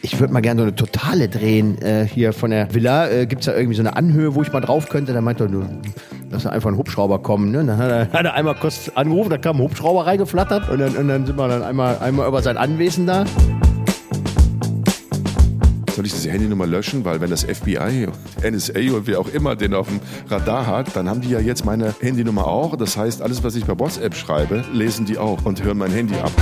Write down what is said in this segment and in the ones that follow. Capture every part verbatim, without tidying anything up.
Ich würde mal gerne so eine Totale drehen. Äh, hier von der Villa äh, gibt es ja irgendwie so eine Anhöhe, wo ich mal drauf könnte. Da meinte er, du, lass einfach ein Hubschrauber kommen. Ne? Dann hat er, hat er einmal kurz angerufen, da kam ein Hubschrauber reingeflattert und dann, und dann sind wir dann einmal, einmal über sein Anwesen da. Soll ich diese Handynummer löschen? Weil wenn das F B I, N S A und wer auch immer den auf dem Radar hat, dann haben die ja jetzt meine Handynummer auch. Das heißt, alles, was ich per WhatsApp schreibe, lesen die auch und hören mein Handy ab.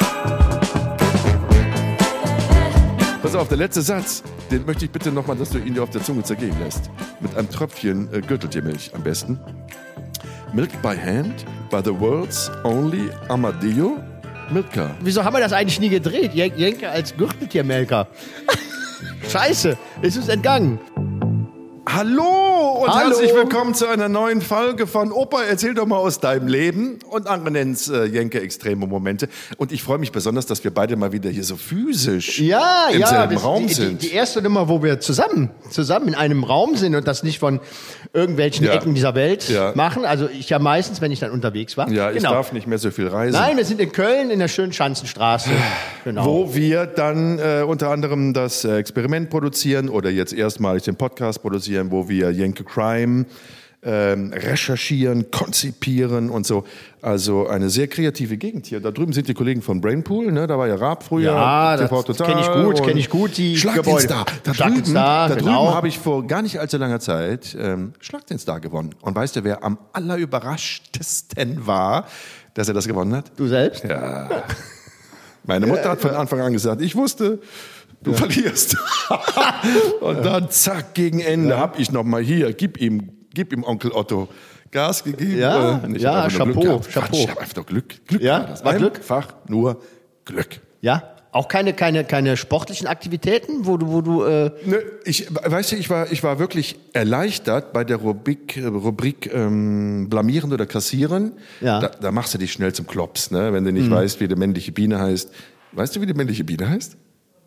Pass auf, der letzte Satz, den möchte ich bitte nochmal, dass du ihn dir auf der Zunge zergehen lässt. Mit einem Tröpfchen äh, Gürteltiermilch am besten. Milked by hand by the world's only Armadillo Milka. Wieso haben wir das eigentlich nie gedreht? Jenke als Gürteltiermelker. Scheiße, ist uns entgangen. Hallo und Hallo. Herzlich willkommen zu einer neuen Folge von Opa, erzähl doch mal aus deinem Leben. Und andere nennen es äh, Jenke extreme Momente. Und ich freue mich besonders, dass wir beide mal wieder hier so physisch ja, im ja, selben das, Raum die, sind. Die, die erste Nummer, wo wir zusammen, zusammen in einem Raum sind und das nicht von irgendwelchen Ja. Ecken dieser Welt Ja. machen. Also ich ja meistens, wenn ich dann unterwegs war. Ja, ich genau. darf nicht mehr so viel reisen. Nein, wir sind in Köln in der schönen Schanzenstraße. Genau. Wo wir dann äh, unter anderem das äh, Experiment produzieren oder jetzt erstmalig den Podcast produzieren, wo wir Jenke Crime ähm, recherchieren, konzipieren und so. Also eine sehr kreative Gegend hier. Da drüben sind die Kollegen von Brainpool, ne? Da war ja Raab früher. Ja, T V das Total kenne ich gut, und kenne ich gut, die Schlag den Gebäude. Star. Da Schlag den drüben, Star, da genau. drüben habe ich vor gar nicht allzu langer Zeit ähm, Schlag den Star gewonnen. Und weißt du, wer am allerüberraschtesten war, dass er das gewonnen hat? Du selbst? Ja. Meine Mutter hat von Anfang an gesagt, ich wusste, du ja. verlierst. Und dann zack, gegen Ende ja. habe ich noch mal hier, gib ihm, gib ihm Onkel Otto Gas gegeben. Ja, ich ja, hab Chapeau, Glück Chapeau. Ich habe einfach nur Glück. Glück Ja, war das. war Glück? Einfach nur Glück. Ja, auch keine, keine, keine sportlichen Aktivitäten, wo du, wo du. Äh Nö, ich, weißt du, ich war, ich war wirklich erleichtert bei der Rubrik, Rubrik ähm, Blamieren oder Kassieren. Ja. Da, da machst du dich schnell zum Klops, ne? Wenn du nicht mhm. weißt, wie die männliche Biene heißt. Weißt du, wie die männliche Biene heißt?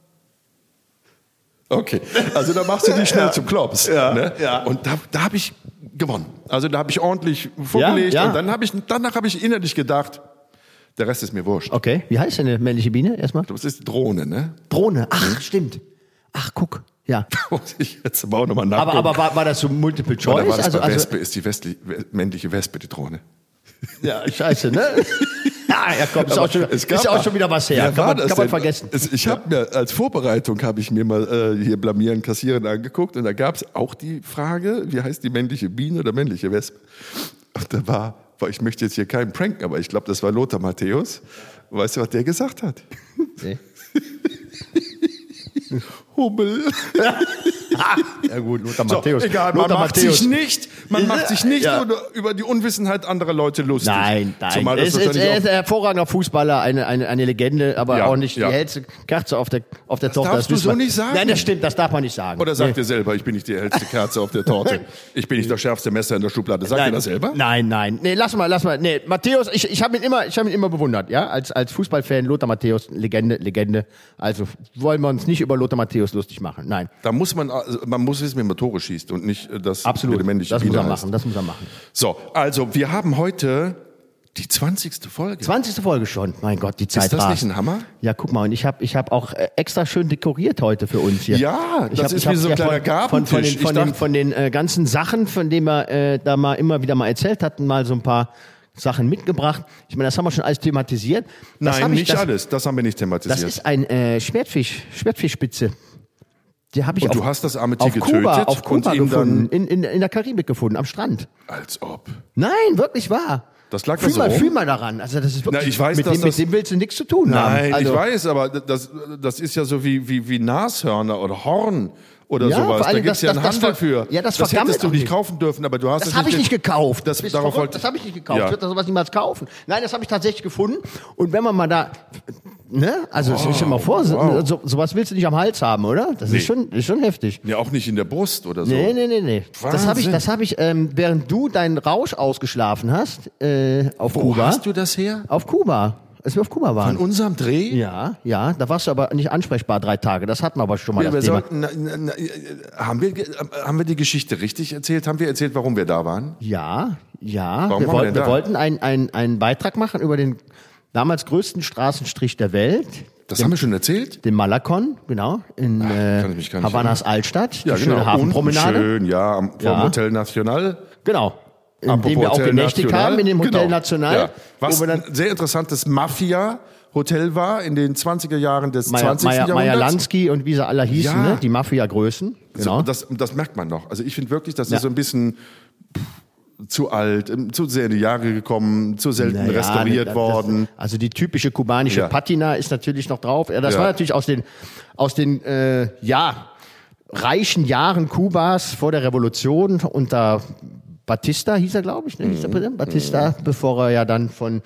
Okay, also da machst du dich schnell ja. zum Klops. Ja. Ne? Ja. Und da, da habe ich gewonnen. Also da habe ich ordentlich vorgelegt ja, ja. und dann hab ich, danach habe ich innerlich gedacht, der Rest ist mir wurscht. Okay, wie heißt denn eine männliche Biene erstmal? Das ist Drohne, ne? Drohne, ach, hm? stimmt. Ach, guck, ja. Muss ich jetzt aber auch nochmal nachgucken. Aber, aber war, war das so Multiple Choice? Oder war das also, bei also, Wespe, ist die Westli, männliche Wespe die Drohne? Ja, scheiße, ne? Ja, ja, komm, ist, auch schon, ist ja auch schon wieder was her. Kann man, kann man vergessen. Es, ich habe mir als Vorbereitung habe ich mir mal äh, hier Blamieren, Kassieren angeguckt und da gab es auch die Frage, wie heißt die männliche Biene oder männliche Wespe? Und da war, ich möchte jetzt hier keinen pranken, aber ich glaube, das war Lothar Matthäus. Weißt du, was der gesagt hat? Nee. Hummel. Ja gut, Lothar Matthäus. So, egal, Lothar man macht Matthäus. sich nicht, man macht sich nicht ja. über die Unwissenheit anderer Leute lustig. Nein, nein. Zumal das Es ist, wahrscheinlich er ist ein hervorragender Fußballer, eine, eine, eine Legende, aber Ja, auch nicht ja. die hellste Kerze auf der, auf der Das Torte. darfst du wissen so wir. nicht sagen. Nein, das stimmt, das darf man nicht sagen. Oder sagt Nee. ihr selber, ich bin nicht die hellste Kerze auf der Torte. Ich bin nicht das schärfste Messer in der Schublade. Sagt ihr Nein, das selber? Nein, nein. Nee, lass mal, lass mal. Nee, Matthäus, ich, ich habe ihn immer, ich habe ihn immer bewundert, ja, als, als Fußballfan. Lothar Matthäus, Legende, Legende. Also wollen wir uns nicht über Lothar Matthäus lustig machen. Nein. Da muss man, also man muss wissen, wie man Tore schießt und nicht äh, das Absolut. wie die männliche Das muss Biene er heißt. machen, das muss er machen. So, also wir haben heute die zwanzigste Folge. zwanzigste Folge schon. Mein Gott, die Zeit Ist das rast. nicht ein Hammer? Ja, guck mal, und ich habe ich hab auch äh, extra schön dekoriert heute für uns hier. Ja, ich das hab, ist ich hab wie so ein ja kleiner von, von, von den, Gabentisch. von Ich den, dachte- von den äh, ganzen Sachen, von denen wir äh, da mal immer wieder mal erzählt hatten, mal so ein paar Sachen mitgebracht. Ich meine, das haben wir schon alles thematisiert. Das Nein, hab ich, nicht das, alles. Das haben wir nicht thematisiert. Das ist ein äh, Schwertfisch, Schwertfischspitze. Die habe ich Und auf, du hast das arme Tier auf getötet Kuba, auf und Kuba ihn gefunden, dann- in, in, in der Karibik gefunden, am Strand. Als ob. Nein, wirklich wahr. Das lag da fühl so mal, rum? fühl mal daran. Also das ist wirklich, Na, ich weiß, mit, dass dem, das- mit dem willst du nichts zu tun haben. Nein, Also, ich weiß, aber das, das ist ja so wie, wie, wie Nashörner oder Horn oder Ja, sowas. vor allem Da gibt es das- ja einen das- das Handel ver- für. ja, das das vergammelt hättest du auch nicht nicht. kaufen dürfen, aber du hast Das es habe ich nicht ge- gekauft. Das, Bist darauf verrückt? wollte- Das habe ich nicht gekauft. Ja. Ich würde sowas niemals kaufen. Nein, das habe ich tatsächlich gefunden. Und wenn man mal da, ne, also stell dir mal vor, so, wow. so, sowas willst du nicht am Hals haben, oder? Das Nee. ist schon, ist schon heftig. Ja, auch nicht in der Brust oder so. Nee, nee, nee, nee. Das habe ich, Wahnsinn. das habe ich, ähm, während du deinen Rausch ausgeschlafen hast, äh, auf Wo Kuba. hast du das her? Auf Kuba. Als wir auf Kuba waren. Von unserem Dreh? Ja, ja, da warst du aber nicht ansprechbar drei Tage. Das hatten wir aber schon mal Wir das Thema. sollten, na, na, na, haben, wir, ge- haben wir die Geschichte richtig erzählt? Haben wir erzählt, warum wir da waren? Ja, ja. Warum wir waren wir wollten, denn wir da? wollten einen, einen, einen Beitrag machen über den damals größten Straßenstrich der Welt. Das dem, haben wir schon erzählt? Den Malakon, genau, in Ach, äh, kann ich mich gar nicht Havanas erinnern. Altstadt, die Ja, schöne genau. Hafenpromenade. Unten schön, ja, am, vom Ja. Hotel Nacional. Genau. In dem Apropos wir auch Hotel genächtigt Nacional. haben, in dem Hotel Genau. National. Ja. Was wo wir dann ein sehr interessantes Mafia-Hotel war in den zwanziger Jahren des Meier, zwanzigsten Meier, Jahrhunderts. Meier Lansky und wie sie alle hießen, Ja. ne? Die Mafia-Größen. Genau. So, das, das merkt man noch. Also ich finde wirklich, das Ja. ist so ein bisschen pff, zu alt, ähm, zu sehr in die Jahre gekommen, zu selten Naja, restauriert das- worden. Das, also die typische kubanische Ja. Patina ist natürlich noch drauf. Ja, das Ja. war natürlich aus den, aus den äh, ja, reichen Jahren Kubas vor der Revolution unter Batista, hieß er, glaube ich, ne? Hieß der Präsident Batista, bevor er ja dann von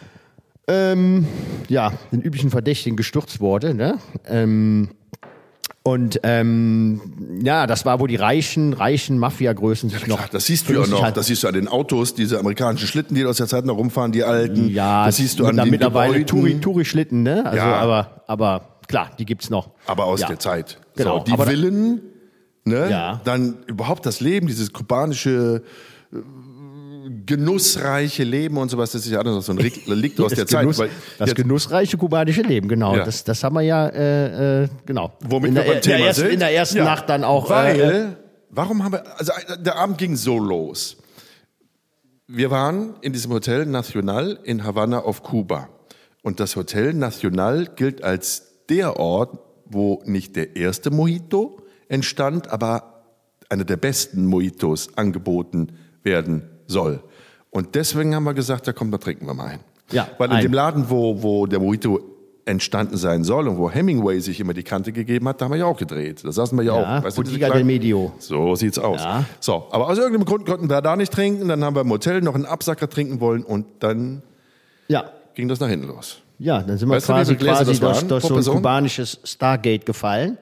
ähm, ja, den üblichen Verdächtigen gestürzt wurde. Ne? Ähm, und ähm, ja, das war, wo die reichen, reichen Mafia-Größen sich noch... Klar, das siehst du ja lustig noch. halten. Das siehst du an den Autos, diese amerikanischen Schlitten, die aus der Zeit noch rumfahren, die alten. Ja, das siehst du an mit- den mittlerweile Gebäuden. Touri, Touri-Schlitten, ne? Also, Ja. aber, aber klar, die gibt's noch. Aber aus Ja. der Zeit. Genau, So, die aber da- Villen, ne? Ja. Dann überhaupt das Leben, dieses kubanische äh, genussreiche Leben und sowas, das ist ja alles noch so ein Relikt aus Das der Zeit. Genuss, Weil das jetzt- genussreiche kubanische Leben, genau. Ja. Das, das haben wir ja, äh, äh, genau. Womit in wir der, beim in Thema der ersten, sind. In der ersten Ja, Nacht dann auch. Weil, äh, warum haben wir, also der Abend ging so los. Wir waren in diesem Hotel Nacional in Havanna auf Kuba. Und das Hotel Nacional gilt als der Ort, wo nicht der erste Mojito entstand, aber einer der besten Mojitos angeboten werden soll. Und deswegen haben wir gesagt, da kommt, da trinken wir mal ein. Ja, Weil in ein. dem Laden, wo, wo der Mojito entstanden sein soll und wo Hemingway sich immer die Kante gegeben hat, da haben wir ja auch gedreht. Da saßen wir ja, Ja, auch. Weißt du, diese Bottega kleinen- del Medio. So sieht's aus. Ja. So, aber aus irgendeinem Grund konnten wir da nicht trinken. Dann haben wir im Hotel noch einen Absacker trinken wollen und dann ja. ging das nach hinten los. Ja, dann sind wir Weißt du, wie quasi, viele Gläser quasi das durch, waren durch pro so ein Person? kubanisches Stargate gefallen.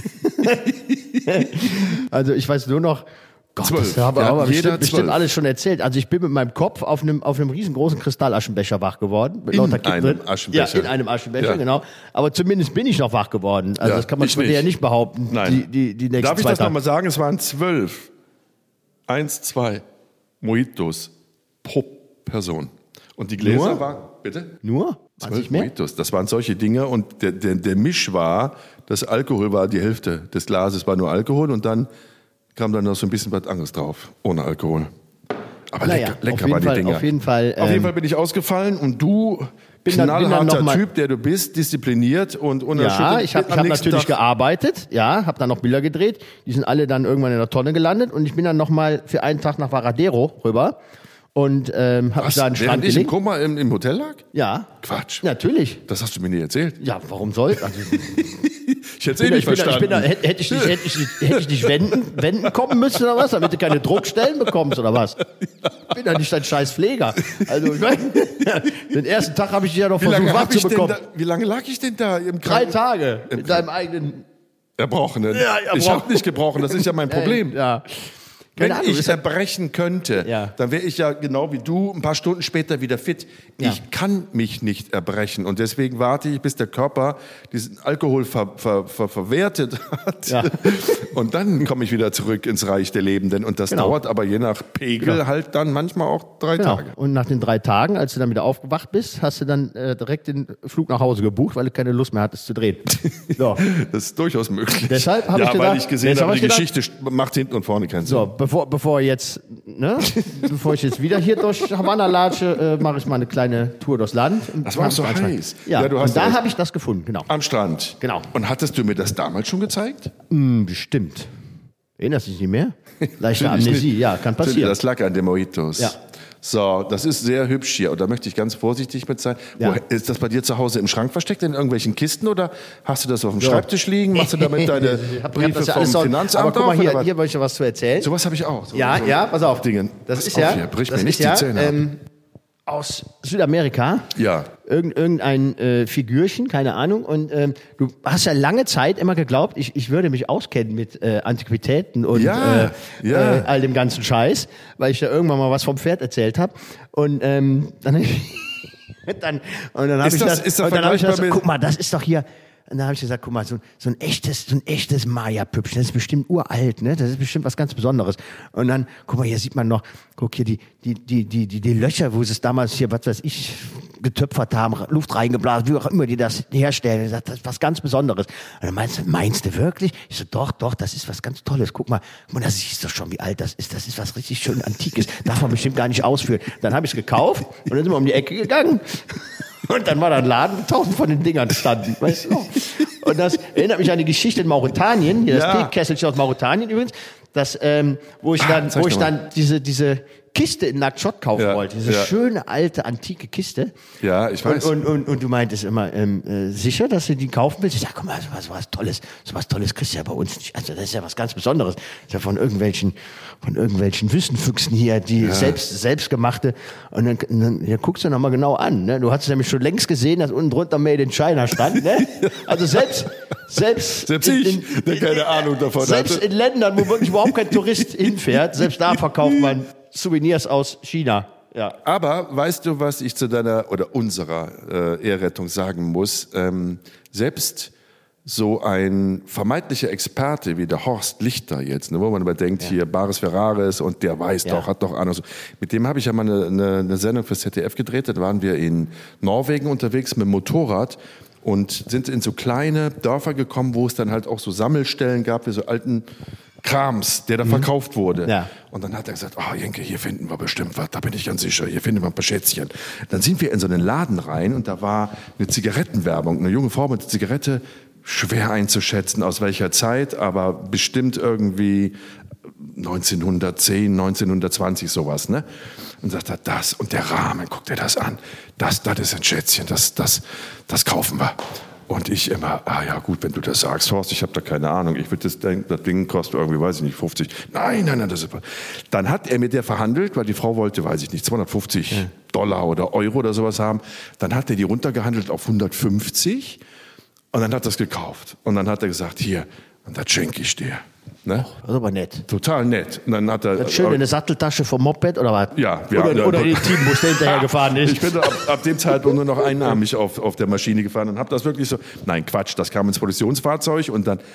Also ich weiß nur noch, Gott, Zwölf. das haben wir Ja, aber jeder bestimmt, bestimmt zwölf. alles schon erzählt. Also ich bin mit meinem Kopf auf einem, auf einem riesengroßen Kristallaschenbecher wach geworden. Mit In lauter Kippen einem drin. Aschenbecher. Ja, in einem Aschenbecher, Ja. genau. Aber zumindest bin ich noch wach geworden. Also Ja, das kann man ich von dir ja nicht. nicht behaupten. Nein. Die, die, die nächsten Darf ich zwei das Tage. nochmal sagen? Es waren zwölf. Eins, zwei Mojitos pro Person. Und die Gläser Nur? waren, bitte? Nur? War Zwölf nicht mehr? Mojitos. Das waren solche Dinge und der, der, der Misch war, das Alkohol war die Hälfte des Glases, war nur Alkohol und dann kam dann noch so ein bisschen was anderes drauf, ohne Alkohol. Aber Naja, lecker, lecker auf jeden waren die Fall, Dinger. auf jeden Fall, Auf jeden ähm, Fall bin ich ausgefallen und du, Bin dann- bin dann knallharter noch mal- Typ, der du bist, diszipliniert und Ja, unerschüttert. ich habe am ich hab nächsten natürlich Tag- gearbeitet, ja, habe dann noch Bilder gedreht. Die sind alle dann irgendwann in der Tonne gelandet und ich bin dann noch mal für einen Tag nach Varadero rüber und ähm, habe mich Was, da an den Strand während ich im gelegt. Koma im, im Hotel lag? Ja, Quatsch. natürlich. Das hast du mir nie erzählt. Ja, warum soll? Also, Ich hätte es eh ich nicht bin da, ich bin da, verstanden. hätte hätte ich dich, hätte ich, dich- hätte ich dich wenden, wenden kommen müssen oder was, damit du keine Druckstellen bekommst oder was? Ich bin ja nicht dein scheiß Pfleger. Also ich mein, den ersten Tag habe ich dich ja noch Wie lange, versucht wach hab zu ich denn bekommen. da, wie lange lag ich denn da im Drei Kranken- Tage mit deinem eigenen. Erbrochenen. Ja, Ich erbrochen. habe nicht gebrochen, das ist ja mein Problem. Ja. Wenn Keine Ahnung, ich ist ja- erbrechen könnte, Ja. dann wäre ich ja genau wie du ein paar Stunden später wieder fit. Ja. Ich kann mich nicht erbrechen und deswegen warte ich, bis der Körper diesen Alkohol ver, ver, ver, verwertet hat. Ja. Und dann komme ich wieder zurück ins Reich der Lebenden. Und das Genau. dauert aber je nach Pegel Genau. halt dann manchmal auch drei Genau. Tage. Und nach den drei Tagen, als du dann wieder aufgewacht bist, hast du dann äh, direkt den Flug nach Hause gebucht, weil du keine Lust mehr hattest zu drehen. So, Das ist durchaus möglich. Deshalb hab ja, ich weil gedacht- ich gesehen deshalb habe, hab die ich gedacht- Geschichte macht hinten und vorne keinen Sinn. so bevor, bevor jetzt, ne, bevor ich jetzt wieder hier durch Havanna latsche, äh, mache ich mal eine kleine Tour durchs Land. Und Das war mach so einfach- heiß. Ja, Ja, du hast und da recht. habe ich das gefunden, genau. Am Strand. Genau. Und hattest du mir das damals schon gezeigt? Hm, bestimmt. Erinnerst du dich nicht mehr? Leichte Natürlich Amnesie, nicht. ja, kann Natürlich, passieren. Das lag an den Mojitos. Ja. So, das ist sehr hübsch hier. Und da möchte ich ganz vorsichtig mit sein. Ja. Wo, ist das bei dir zu Hause im Schrank versteckt, in irgendwelchen Kisten? Oder hast du das auf dem Schreibtisch liegen? Machst du damit deine Ich hab- ich hab Briefe das ja vom alles so- Finanzamt Aber guck mal, auf, oder hier, was? hier wollte ich ja was zu erzählen. Sowas habe ich auch. So, Ja, so ja, pass auf. Dingen. Das Pass ist auf ja, hier, brich das mir nicht ist ja die Zähne ab. ähm, aus Südamerika. Ja. Irgend, irgendein äh, Figürchen, keine Ahnung. Und ähm, du hast ja lange Zeit immer geglaubt, ich, ich würde mich auskennen mit äh, Antiquitäten und Ja, äh, ja. Äh, all dem ganzen Scheiß, weil ich ja irgendwann mal was vom Pferd erzählt habe. Und ähm, dann, dann und dann habe Ist ich das- das, ist das und dann habe ich vergleichbar das, mit- guck mal, das ist doch hier. Und dann habe ich gesagt, guck mal, so, so ein echtes, so ein echtes Maya-Püppchen, das ist bestimmt uralt, ne? Das ist bestimmt was ganz Besonderes. Und dann, guck mal, hier sieht man noch, guck hier die, die, die, die, die, die Löcher, wo sie es damals hier, was weiß ich, getöpfert haben, Luft reingeblasen, wie auch immer die das herstellen. Ich sag, das ist was ganz Besonderes. Und dann meinst du, meinst du wirklich? Ich so, doch, doch, das ist was ganz Tolles. Guck mal, guck mal, das siehst du schon, wie alt das ist. Das ist was richtig schön Antikes. Darf man bestimmt gar nicht ausführen. Dann habe ich es gekauft und dann sind wir um die Ecke gegangen. Und dann war da ein Laden, wo tausend von den Dingern standen. Weißt du? Und das erinnert mich an die Geschichte in Mauretanien, hier das Ja. Teekesselchen aus Mauretanien übrigens, das, ähm, wo ich dann, zeig wo ich doch mal. dann diese, diese Kiste in Nouakchott kaufen Ja, wollte. Diese ja. schöne, alte, antike Kiste. Ja, ich weiß. Und, und, und, und du meintest immer, ähm, äh, sicher, dass du die kaufen willst? Ich sag, guck mal, so was, so was Tolles, so was Tolles kriegst du ja bei uns nicht. Also das ist ja was ganz Besonderes. Das ist ja von irgendwelchen, von irgendwelchen Wüstenfüchsen hier, die selbst, selbstgemachte. Und dann, dann ja, guckst du nochmal genau an. Ne? Du hast nämlich schon längst gesehen, dass unten drunter Made in China stand. Ne? Also selbst, selbst, Selbst ich, der keine Ahnung davon selbst hatte. in Ländern, wo wirklich überhaupt kein Tourist hinfährt, selbst da verkauft man Souvenirs aus China. Ja. Aber weißt du, was ich zu deiner oder unserer äh, Ehrrettung sagen muss? Ähm, selbst so ein vermeintlicher Experte wie der Horst Lichter jetzt, ne, wo man überdenkt, ja. hier Baris Ferraris und der weiß Ja. doch, hat doch Ahnung. Mit dem habe ich ja mal eine, eine, eine Sendung fürs Z D F gedreht. Da waren wir in Norwegen unterwegs mit dem Motorrad und sind in so kleine Dörfer gekommen, wo es dann halt auch so Sammelstellen gab für so alten Krams, der da verkauft wurde. Ja. Und dann hat er gesagt, oh Jenke, hier finden wir bestimmt was, da bin ich ganz sicher, hier finden wir ein paar Schätzchen. Dann sind wir in so einen Laden rein und da war eine Zigarettenwerbung, eine junge Frau mit einer Zigarette, schwer einzuschätzen, aus welcher Zeit, aber bestimmt irgendwie neunzehnhundertzehn, neunzehnhundertzwanzig sowas, ne? Und sagt er, das und der Rahmen, guck dir das an, das, das ist ein Schätzchen, das, das, das kaufen wir. Und ich immer, ah ja gut, wenn du das sagst, Horst, ich habe da keine Ahnung, ich würde das denken, das Ding kostet irgendwie, weiß ich nicht, fünfzig. Nein, nein, nein, das ist... Dann hat er mit der verhandelt, weil die Frau wollte, weiß ich nicht, zweihundertfünfzig ja. Dollar oder Euro oder sowas haben. Dann hat er die runtergehandelt auf hundertfünfzig und dann hat er es gekauft. Und dann hat er gesagt, hier, und das schenke ich dir. Ne? Das ist aber nett. Total nett. Und dann hat er... Das schön in der Satteltasche vom Moped oder was? Ja. ja oder, ja, oder ja. den Teambus, der hinterher gefahren ist. Ich bin ab, ab dem Zeitpunkt nur noch einarmig auf, auf der Maschine gefahren und habe das wirklich so... Nein, Quatsch, das kam ins Produktionsfahrzeug und dann...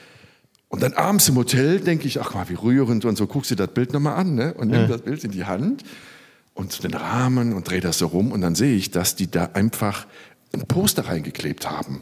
Und dann abends im Hotel denke ich, ach mal, wie rührend und so, guckst du das Bild nochmal an, ne? Und nimm ja. das Bild in die Hand und den Rahmen und dreh das so rum und dann sehe ich, dass die da einfach ein Poster reingeklebt haben.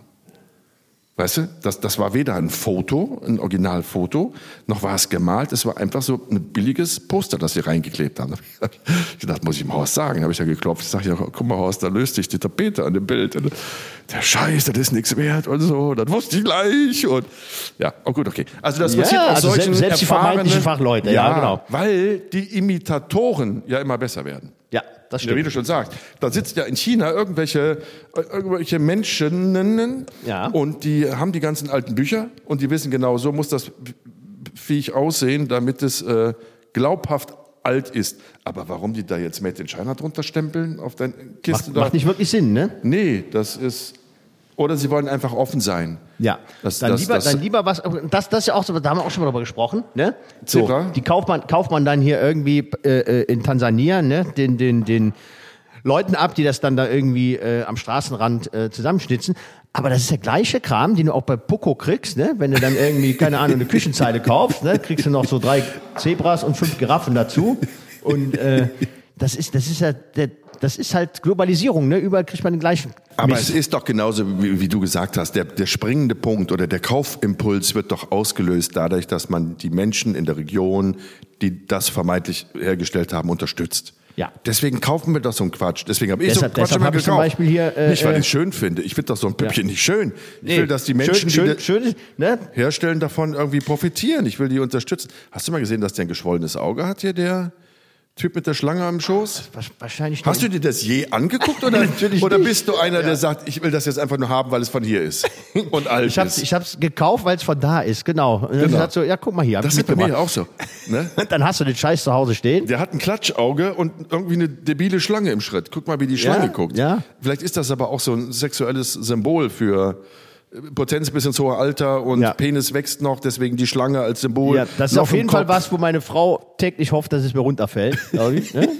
Weißt du, das, das war weder ein Foto, ein Originalfoto, noch war es gemalt. Es war einfach so ein billiges Poster, das sie reingeklebt haben. Ich dachte, muss ich dem Horst sagen. Habe ich ja geklopft. Ich sage, ja, guck mal, Horst, da löst sich die Tapete an dem Bild. Und der Scheiß, das ist nichts wert und so. Das wusste ich gleich. Und ja, oh gut, okay. Also das Ja, passiert auch also solchen selbst, selbst die vermeintlichen Fachleute. Ja, ja, genau. Weil die Imitatoren ja immer besser werden. Ja, das Ja, wie stimmt. du schon sagst, da sitzt ja in China irgendwelche, irgendwelche Menschen Ja. und die haben die ganzen alten Bücher und die wissen genau, so muss das Viech aussehen, damit es äh, glaubhaft alt ist. Aber warum die da jetzt Made in China drunter stempeln auf deine Kiste? Macht, da? macht nicht wirklich Sinn, ne? Nee, das ist... Oder sie wollen einfach offen sein. Ja, Das- dann, das- lieber, das- dann lieber was, das, das ist ja auch so, da haben wir auch schon mal drüber gesprochen, ne? So, Zebra? die kauft man, kauft man dann hier irgendwie äh, in Tansania, ne? Den, den, den Leuten ab, die das dann da irgendwie äh, am Straßenrand äh, zusammenschnitzen. Aber das ist der gleiche Kram, den du auch bei Poco kriegst, ne? Wenn du dann irgendwie, keine Ahnung, eine Küchenzeile kaufst, ne? Kriegst du noch so drei Zebras und fünf Giraffen dazu. Und äh, das ist, das ist ja, der, das ist halt Globalisierung, ne? Überall kriegt man den gleichen. Aber Mist. es ist doch genauso, wie, wie du gesagt hast, der, der springende Punkt oder der Kaufimpuls wird doch ausgelöst dadurch, dass man die Menschen in der Region, die das vermeintlich hergestellt haben, unterstützt. Ja. Deswegen kaufen wir doch so einen Quatsch. Deswegen habe ich Deshalb- so einen Quatsch deshalb immer hab ich zum gekauft. Beispiel hier, äh, nicht, weil äh, ich es schön finde. Ich finde doch so ein Püppchen Ja. nicht schön. Ich Nee, will, dass die Menschen, schön, die schön, das schön, ne? herstellen, davon irgendwie profitieren. Ich will die unterstützen. Hast du mal gesehen, dass der ein geschwollenes Auge hat hier, der Typ mit der Schlange am Schoß? Wahrscheinlich Hast du dir das je angeguckt oder, Natürlich oder nicht. bist du einer, der sagt, ich will das jetzt einfach nur haben, weil es von hier ist und alt Ich hab's, ist? ich hab's gekauft, weil es von da ist, genau. Und dann Genau. sagt so, ja, guck mal hier. hab Das ich ist bei mir mitgebracht. auch so. Ne? Dann hast du den Scheiß zu Hause stehen. Der hat ein Klatschauge und irgendwie eine debile Schlange im Schritt. Guck mal, wie die Schlange Ja, guckt. ja. Vielleicht ist das aber auch so ein sexuelles Symbol für Potenz bis ins hohe Alter und Ja. Penis wächst noch, deswegen die Schlange als Symbol. Ja, das ist noch auf im jeden Fall Kopf. was, wo meine Frau täglich hofft, dass es mir runterfällt. glaub ich, ne?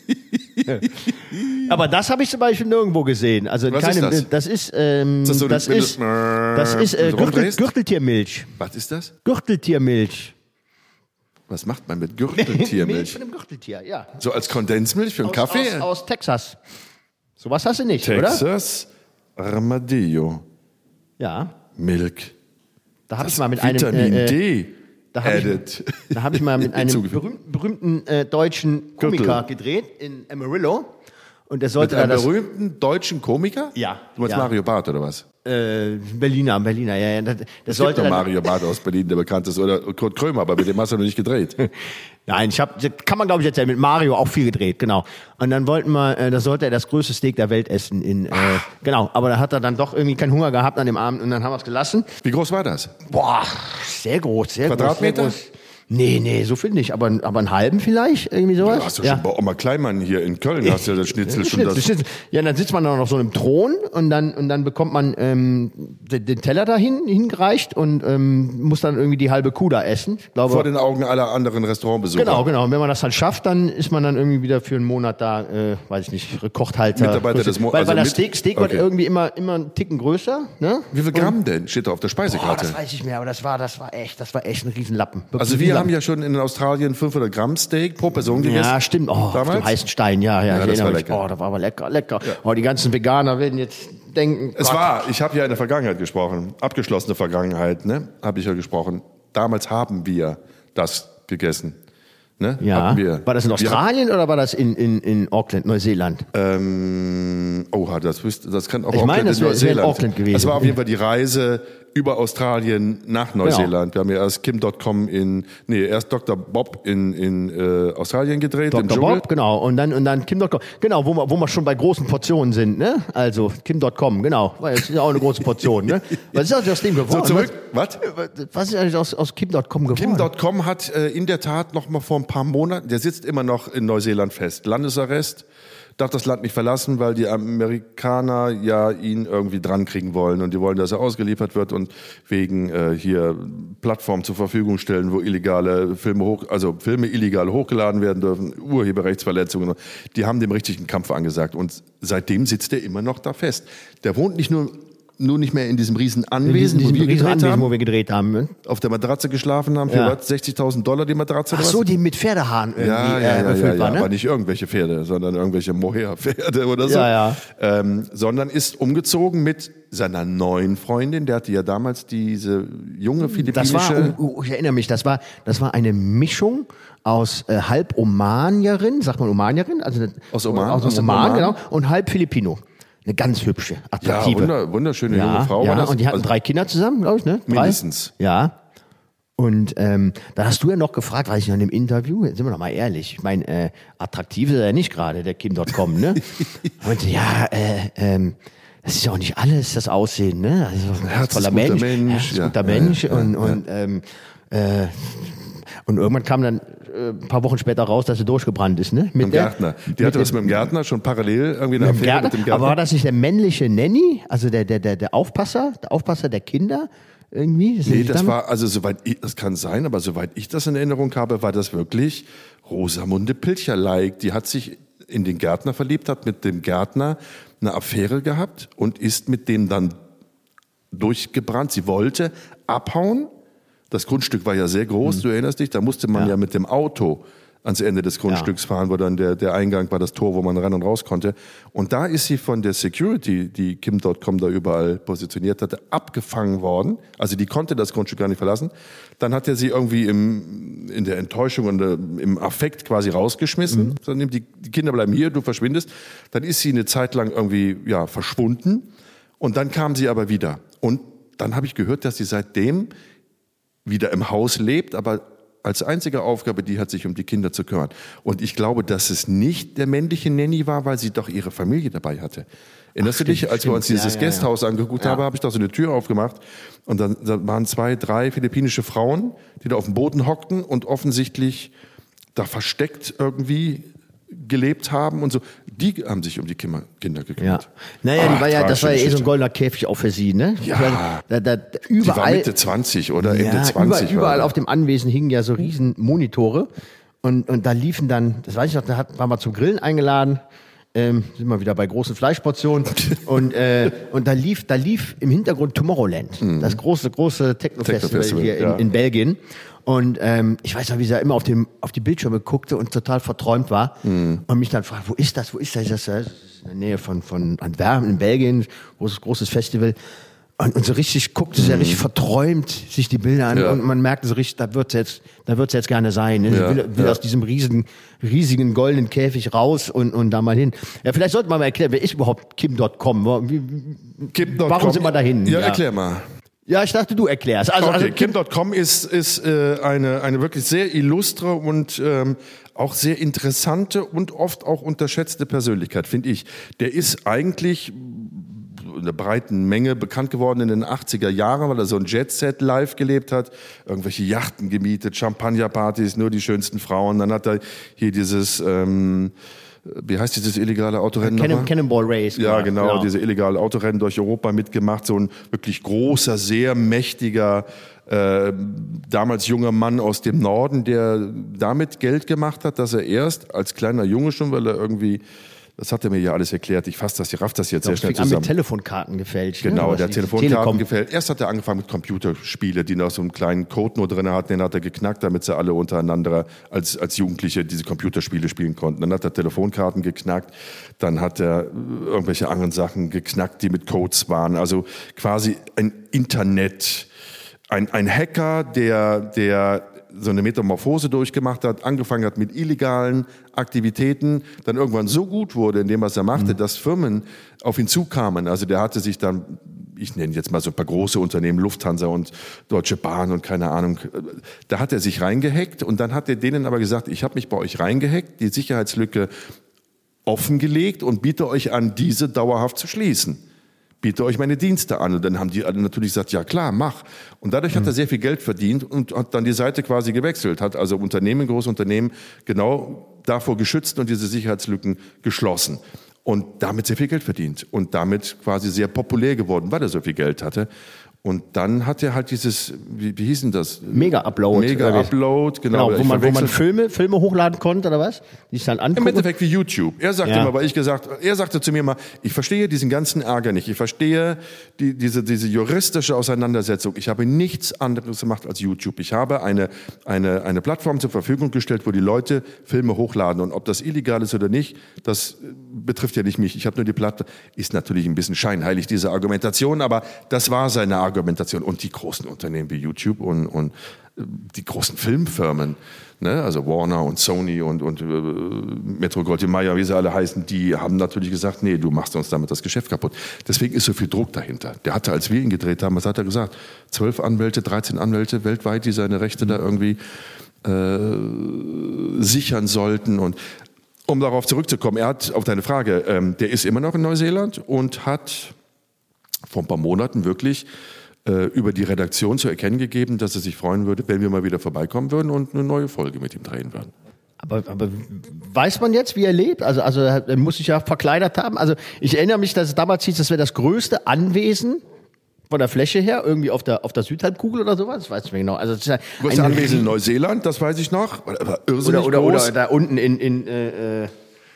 Ja. Aber das habe ich zum Beispiel nirgendwo gesehen. Also Was keine, ist das? das ist, ähm, Ist das so, das wenn du- ist, das ist äh, wenn du Gürtel, rumdrehst? Gürteltiermilch. Was ist das? Gürteltiermilch. Was macht man mit Milch Gürteltiermilch? von einem Gürteltier, ja. So als Kondensmilch für einen Aus, Kaffee? Aus, aus Texas. Sowas hast du nicht, oder? Texas Armadillo. Ja. Milk. Da habe Das ich mal mit Vitamin einem... Äh, D. Da habe Added. ich, da hab ich mal mit einem Hinzugefügt. berühmten, berühmten äh, deutschen Komiker gedreht in Amarillo. Und der Mit sollte einem da das... berühmten deutschen Komiker? Ja, Du meinst ja. Mario Barth oder was? Äh, Berliner, Berliner, ja, ja. Das, das Es sollte gibt noch dann, Mario Barth aus Berlin, der bekannt ist. Oder Kurt Krömer, aber mit dem hast du noch nicht gedreht. Nein, ich habe, kann man glaube ich erzählen, mit Mario auch viel gedreht, genau. Und dann wollten wir, äh, da sollte er das größte Steak der Welt essen in, äh, genau. Aber da hat er dann doch irgendwie keinen Hunger gehabt an dem Abend und dann haben wir es gelassen. Wie groß war das? Boah, sehr groß, sehr Quadratmeter? groß. Sehr groß. Nee, nee, so finde ich, aber, aber einen halben vielleicht, irgendwie sowas. Du hast ja schon bei Oma Kleinmann hier in Köln, hast ja das Schnitzel schon Schnitzel, das. Schnitzel. Ja, dann sitzt man dann auf so einem Thron und dann und dann bekommt man ähm, den, den Teller dahin hingereicht und ähm, muss dann irgendwie die halbe Kuh da essen. Ich glaube, Vor den Augen aller anderen Restaurantbesucher. genau, genau. Und wenn man das dann schafft, dann ist man dann irgendwie wieder für einen Monat da, äh, weiß ich nicht, Rekordhalter. Mitarbeiter des Mo- weil, also weil das mit- Steak, Steak okay. wird irgendwie immer immer einen Ticken größer, ne? Wie viel Gramm denn? Steht da auf der Boah, Speisekarte. das weiß ich mehr, aber das war das war echt, das war echt ein Riesenlappen. Wirklich Also ein wir Riesenlappen. haben ja schon in Australien fünfhundert Gramm Steak pro Person gegessen. Ja, stimmt. Oh, auf Damals? dem heißen Stein, ja, ja. Ja, ich das erinnere war mich. lecker. Oh, das war aber lecker, lecker. Oh, die ganzen Veganer werden jetzt denken. Es Gott. war, ich habe ja in der Vergangenheit gesprochen, abgeschlossene Vergangenheit, ne, habe ich ja gesprochen. Damals haben wir das gegessen. Ne? Ja. Hatten wir. War das in Australien oder war das in, in, in Auckland, Neuseeland? Ähm, oha, das, wüsste, das kann auch Ich meine, Auckland das in wär- das wär in Neuseeland. Auckland gewesen. Das war auf jeden Fall die Reise über Australien nach Neuseeland. Wir haben ja erst Kim Punkt com in, nee, erst Doktor Bob in, in äh, Australien gedreht, im Doktor Dschungel. Bob, genau. Und dann, und dann Kim Punkt com. Genau, wo wir, wo wir schon bei großen Portionen sind, ne? Also, Kim Punkt com, genau. Weil das ist ja auch eine große Portion, ne? Was ist eigentlich aus dem geworden? So, zurück. Was? Was, was ist eigentlich aus, aus Kim Punkt com geworden? Kim Punkt com hat äh, in der Tat noch mal vor ein paar Monaten, der sitzt immer noch in Neuseeland fest, Landesarrest, darf das Land nicht verlassen, weil die Amerikaner ja ihn irgendwie dran kriegen wollen und die wollen, dass er ausgeliefert wird und wegen äh, hier Plattformen zur Verfügung stellen, wo illegale Filme hoch, also Filme illegal hochgeladen werden dürfen, Urheberrechtsverletzungen. Die haben dem richtigen Kampf angesagt und seitdem sitzt er immer noch da fest. Der wohnt nicht nur nur nicht mehr in diesem riesen Anwesen, in diesem wo wir riesen gedreht Anwesen, haben, wo wir gedreht haben. Ne? auf der Matratze geschlafen haben, für Ja. was, sechzigtausend Dollar die Matratze Ach oder was? so, die mit Pferdehahn irgendwie Ja, ja, äh, ja, ja, befüllt ja, war, ne? aber nicht irgendwelche Pferde, sondern irgendwelche Mohair-Pferde oder so. Ja, ja. Ähm, sondern ist umgezogen mit seiner neuen Freundin, der hatte ja damals diese junge Das philippinische... war, oh, oh, ich erinnere mich, das war, das war eine Mischung aus äh, halb Omanierin, sagt man Omanierin? Also eine- Aus Oman, aus, aus dem Oman, Oman. genau, und halb Filipino. Eine ganz hübsche, ja, attraktive. wunder, wunderschöne ja, junge Frau ja, war das. und die hatten Also, drei Kinder zusammen, glaube ich, ne? Drei? Mindestens. Ja. Und ähm, da hast du ja noch gefragt, weiß ich noch in dem Interview, jetzt sind wir doch mal ehrlich, ich meine, äh, attraktiv ist er ja nicht gerade, der Kim Punkt com, ne? Und ja, äh, ähm, das ist ja auch nicht alles, das Aussehen, ne? Also ein herzvoller Herzensguter Mensch, Mensch, herzensguter ja, Mensch ja, ja, und, ja. und ähm, äh, und irgendwann kam dann äh, ein paar Wochen später raus, dass sie durchgebrannt ist, ne? Mit Mit dem der- Gärtner. Die hatte was mit dem Gärtner, schon parallel irgendwie eine mit dem Affäre Gärtner. mit dem Gärtner. Aber war das nicht der männliche Nanny, also der der der der Aufpasser, der Aufpasser der Kinder irgendwie? Ist Nee, nicht das damit? war, also soweit ich, das kann sein, aber soweit ich das in Erinnerung habe, war das wirklich Rosamunde Pilcher-like. Die hat sich in den Gärtner verliebt, hat mit dem Gärtner eine Affäre gehabt und ist mit dem dann durchgebrannt. Sie wollte abhauen. Das Grundstück war ja sehr groß, du erinnerst dich, da musste man ja, Ja. mit dem Auto ans Ende des Grundstücks fahren, wo dann der, der Eingang war, das Tor, wo man rein und raus konnte. Und da ist sie von der Security, die Kim Punkt com da überall positioniert hatte, abgefangen worden. Also die konnte das Grundstück gar nicht verlassen. Dann hat er sie irgendwie im, in der Enttäuschung und äh, im Affekt quasi rausgeschmissen. Mhm. Die, die Kinder bleiben hier, du verschwindest. Dann ist sie eine Zeit lang irgendwie ja, verschwunden. Und dann kam sie aber wieder. Und dann habe ich gehört, dass sie seitdem wieder im Haus lebt, aber als einzige Aufgabe, die hat sich um die Kinder zu kümmern. Und ich glaube, dass es nicht der männliche Nanny war, weil sie doch ihre Familie dabei hatte. Erinnerst du stimmt, dich, als wir uns stimmt. dieses Ja, ja, ja. Gasthaus angeguckt Ja. haben, habe ich da so eine Tür aufgemacht und dann da waren zwei, drei philippinische Frauen, die da auf dem Boden hockten und offensichtlich da versteckt irgendwie gelebt haben und so. Die haben sich um die Kinder Kinder Ja. gekümmert. Naja, die Ach, war ja, das war ja eh so Geschichte. ein goldener Käfig auch für sie, ne? Ja. Da, da, da, Die war überall, Mitte zwanzig oder Ende ja, zwanzig. überall, überall war auf dem Anwesen hingen ja so riesen Monitore und, und da liefen dann, das weiß ich noch, da hat, waren wir zum Grillen eingeladen, ähm, sind wir wieder bei großen Fleischportionen und, äh, und da lief, da lief im Hintergrund Tomorrowland, das große, große Techno-Festival Techno-Festival, hier in, ja. in Belgien. Und ähm, ich weiß noch, wie sie da immer auf, dem, auf die Bildschirme guckte und total verträumt war und mich dann fragte, wo ist das, wo ist das? Das ist in der Nähe von, von Antwerpen in Belgien, großes, großes Festival. Und, und so richtig guckt es ja richtig verträumt sich die Bilder an, ja. Und man merkt so richtig, da wird's jetzt, da wird's jetzt gerne sein. Ne? Ja, will, will ja. aus diesem riesigen, riesigen goldenen Käfig raus und, und da mal hin. Ja, vielleicht sollte man mal erklären, wer ist überhaupt Kim Punkt com? Kim. Warum Com. sind wir dahin? Ja, ja, erklär mal. Ja, ich dachte, du erklärst. Also, Okay, also Kim Punkt com ist, ist äh, eine, eine wirklich sehr illustre und ähm, auch sehr interessante und oft auch unterschätzte Persönlichkeit, finde ich. Der ist eigentlich in der breiten Menge bekannt geworden in den achtziger Jahren, weil er so ein Jet-Set live gelebt hat, irgendwelche Yachten gemietet, Champagnerpartys, nur die schönsten Frauen. Dann hat er hier dieses... Ähm, wie heißt dieses illegale Autorennen Cannon, nochmal? Cannonball Race. Ja, genau, genau. diese illegale Autorennen durch Europa mitgemacht. So ein wirklich großer, sehr mächtiger, äh, damals junger Mann aus dem Norden, der damit Geld gemacht hat, dass er erst als kleiner Junge schon, weil er irgendwie... Das hat er mir ja alles erklärt. Ich fasse das, ich raff das jetzt Ja, sehr schnell fing an zusammen. mit Telefonkarten gefälscht. Genau, ne? der Die Telefonkarten Telekom. gefällt. Erst hat er angefangen mit Computerspiele, die noch so einen kleinen Code nur drin hatten, den hat er geknackt, damit sie alle untereinander als, als Jugendliche diese Computerspiele spielen konnten. Dann hat er Telefonkarten geknackt, dann hat er irgendwelche anderen Sachen geknackt, die mit Codes waren. Also quasi ein Internet, ein, ein Hacker, der, der so eine Metamorphose durchgemacht hat, angefangen hat mit illegalen Aktivitäten, dann irgendwann so gut wurde in dem, was er machte, mhm. dass Firmen auf ihn zukamen. Also der hatte sich dann, ich nenne jetzt mal so ein paar große Unternehmen, Lufthansa und Deutsche Bahn und keine Ahnung, da hat er sich reingehackt und dann hat er denen aber gesagt, ich habe mich bei euch reingehackt, die Sicherheitslücke offengelegt und biete euch an, diese dauerhaft zu schließen. Biete euch meine Dienste an. Und dann haben die alle natürlich gesagt, ja klar, mach. Und dadurch mhm. hat er sehr viel Geld verdient und hat dann die Seite quasi gewechselt, hat also Unternehmen, große Unternehmen genau davor geschützt und diese Sicherheitslücken geschlossen. Und damit sehr viel Geld verdient und damit quasi sehr populär geworden, weil er so viel Geld hatte. Und dann hat er halt dieses, wie, wie hieß denn das? Mega-Upload. Mega-Upload, genau. genau wo, man, wo man Filme, Filme hochladen konnte oder was? Die ich dann angucken. Im Endeffekt wie YouTube. Er sagte ja. immer, weil ich gesagt, er sagte zu mir mal, ich verstehe diesen ganzen Ärger nicht. Ich verstehe die, diese, diese juristische Auseinandersetzung. Ich habe nichts anderes gemacht als YouTube. Ich habe eine, eine, eine Plattform zur Verfügung gestellt, wo die Leute Filme hochladen. Und ob das illegal ist oder nicht, das betrifft ja nicht mich. Ich habe nur die Plattform. Ist natürlich ein bisschen scheinheilig, diese Argumentation, aber das war seine Argumentation. Argumentation. Und die großen Unternehmen wie YouTube und, und die großen Filmfirmen, ne, also Warner und Sony und, und äh, Metro-Goldwyn-Mayer, wie sie alle heißen, die haben natürlich gesagt, nee, du machst uns damit das Geschäft kaputt. Deswegen ist so viel Druck dahinter. Der hatte, als wir ihn gedreht haben, was hat er gesagt? Zwölf Anwälte, dreizehn Anwälte weltweit, die seine Rechte da irgendwie äh, sichern sollten. Und um darauf zurückzukommen, er hat auf deine Frage, ähm, der ist immer noch in Neuseeland und hat vor ein paar Monaten wirklich über die Redaktion zu erkennen gegeben, dass er sich freuen würde, wenn wir mal wieder vorbeikommen würden und eine neue Folge mit ihm drehen würden. Aber, aber weiß man jetzt, wie er lebt? Also, also er muss sich ja verkleidet haben. Also ich erinnere mich, dass es damals hieß, das wäre das größte Anwesen von der Fläche her, irgendwie auf der, auf der Südhalbkugel oder sowas. Das weiß ich nicht genau. Also, das ist ja größte Anwesen in Neuseeland, das weiß ich noch. Oder, oder, oder da unten in, in äh,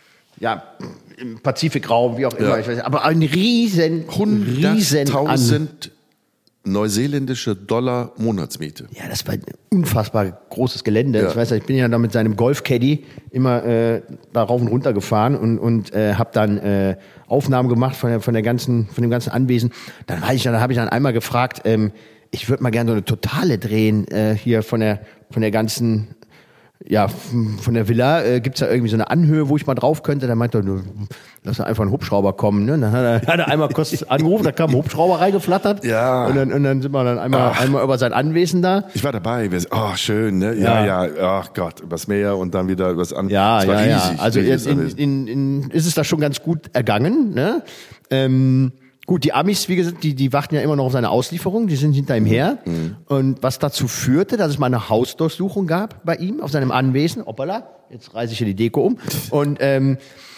ja, im Pazifikraum, wie auch immer. Ja. Ich weiß nicht. Aber ein riesen, riesen hunderttausend neuseeländische Dollar Monatsmiete. Ja, das war ein unfassbar großes Gelände. Ja. Ich weiß, ich bin ja da mit seinem Golf-Caddy immer äh, da rauf und runter gefahren und, und äh, habe dann äh, Aufnahmen gemacht von der, von der ganzen, von dem ganzen Anwesen. Dann weiß ich, dann habe ich dann einmal gefragt, ähm, ich würde mal gerne so eine Totale drehen äh, hier von der, von der ganzen. Ja, von der Villa äh, gibt's da irgendwie so eine Anhöhe, wo ich mal drauf könnte. Da meinte er, du, lass einfach ein Hubschrauber kommen. Ne? Dann hat er, hat er einmal kurz angerufen, da kam ein Hubschrauber reingeflattert. Ja. Und dann, und dann sind wir dann einmal, einmal über sein Anwesen da. Ich war dabei. Oh, schön, ne? Ja, ja, ja. Ach Gott, übers Meer und dann wieder übers Anwesen. Ja, war ja, riesig, ja. Also jetzt in, in, in, ist es da schon ganz gut ergangen. Ne? Ähm, Gut, die Amis, wie gesagt, die, die warten ja immer noch auf seine Auslieferung, die sind hinter ihm her. Mhm. Und was dazu führte, dass es mal eine Hausdurchsuchung gab bei ihm auf seinem Anwesen. Hoppala, jetzt reiße ich hier die Deko um. Und, ähm,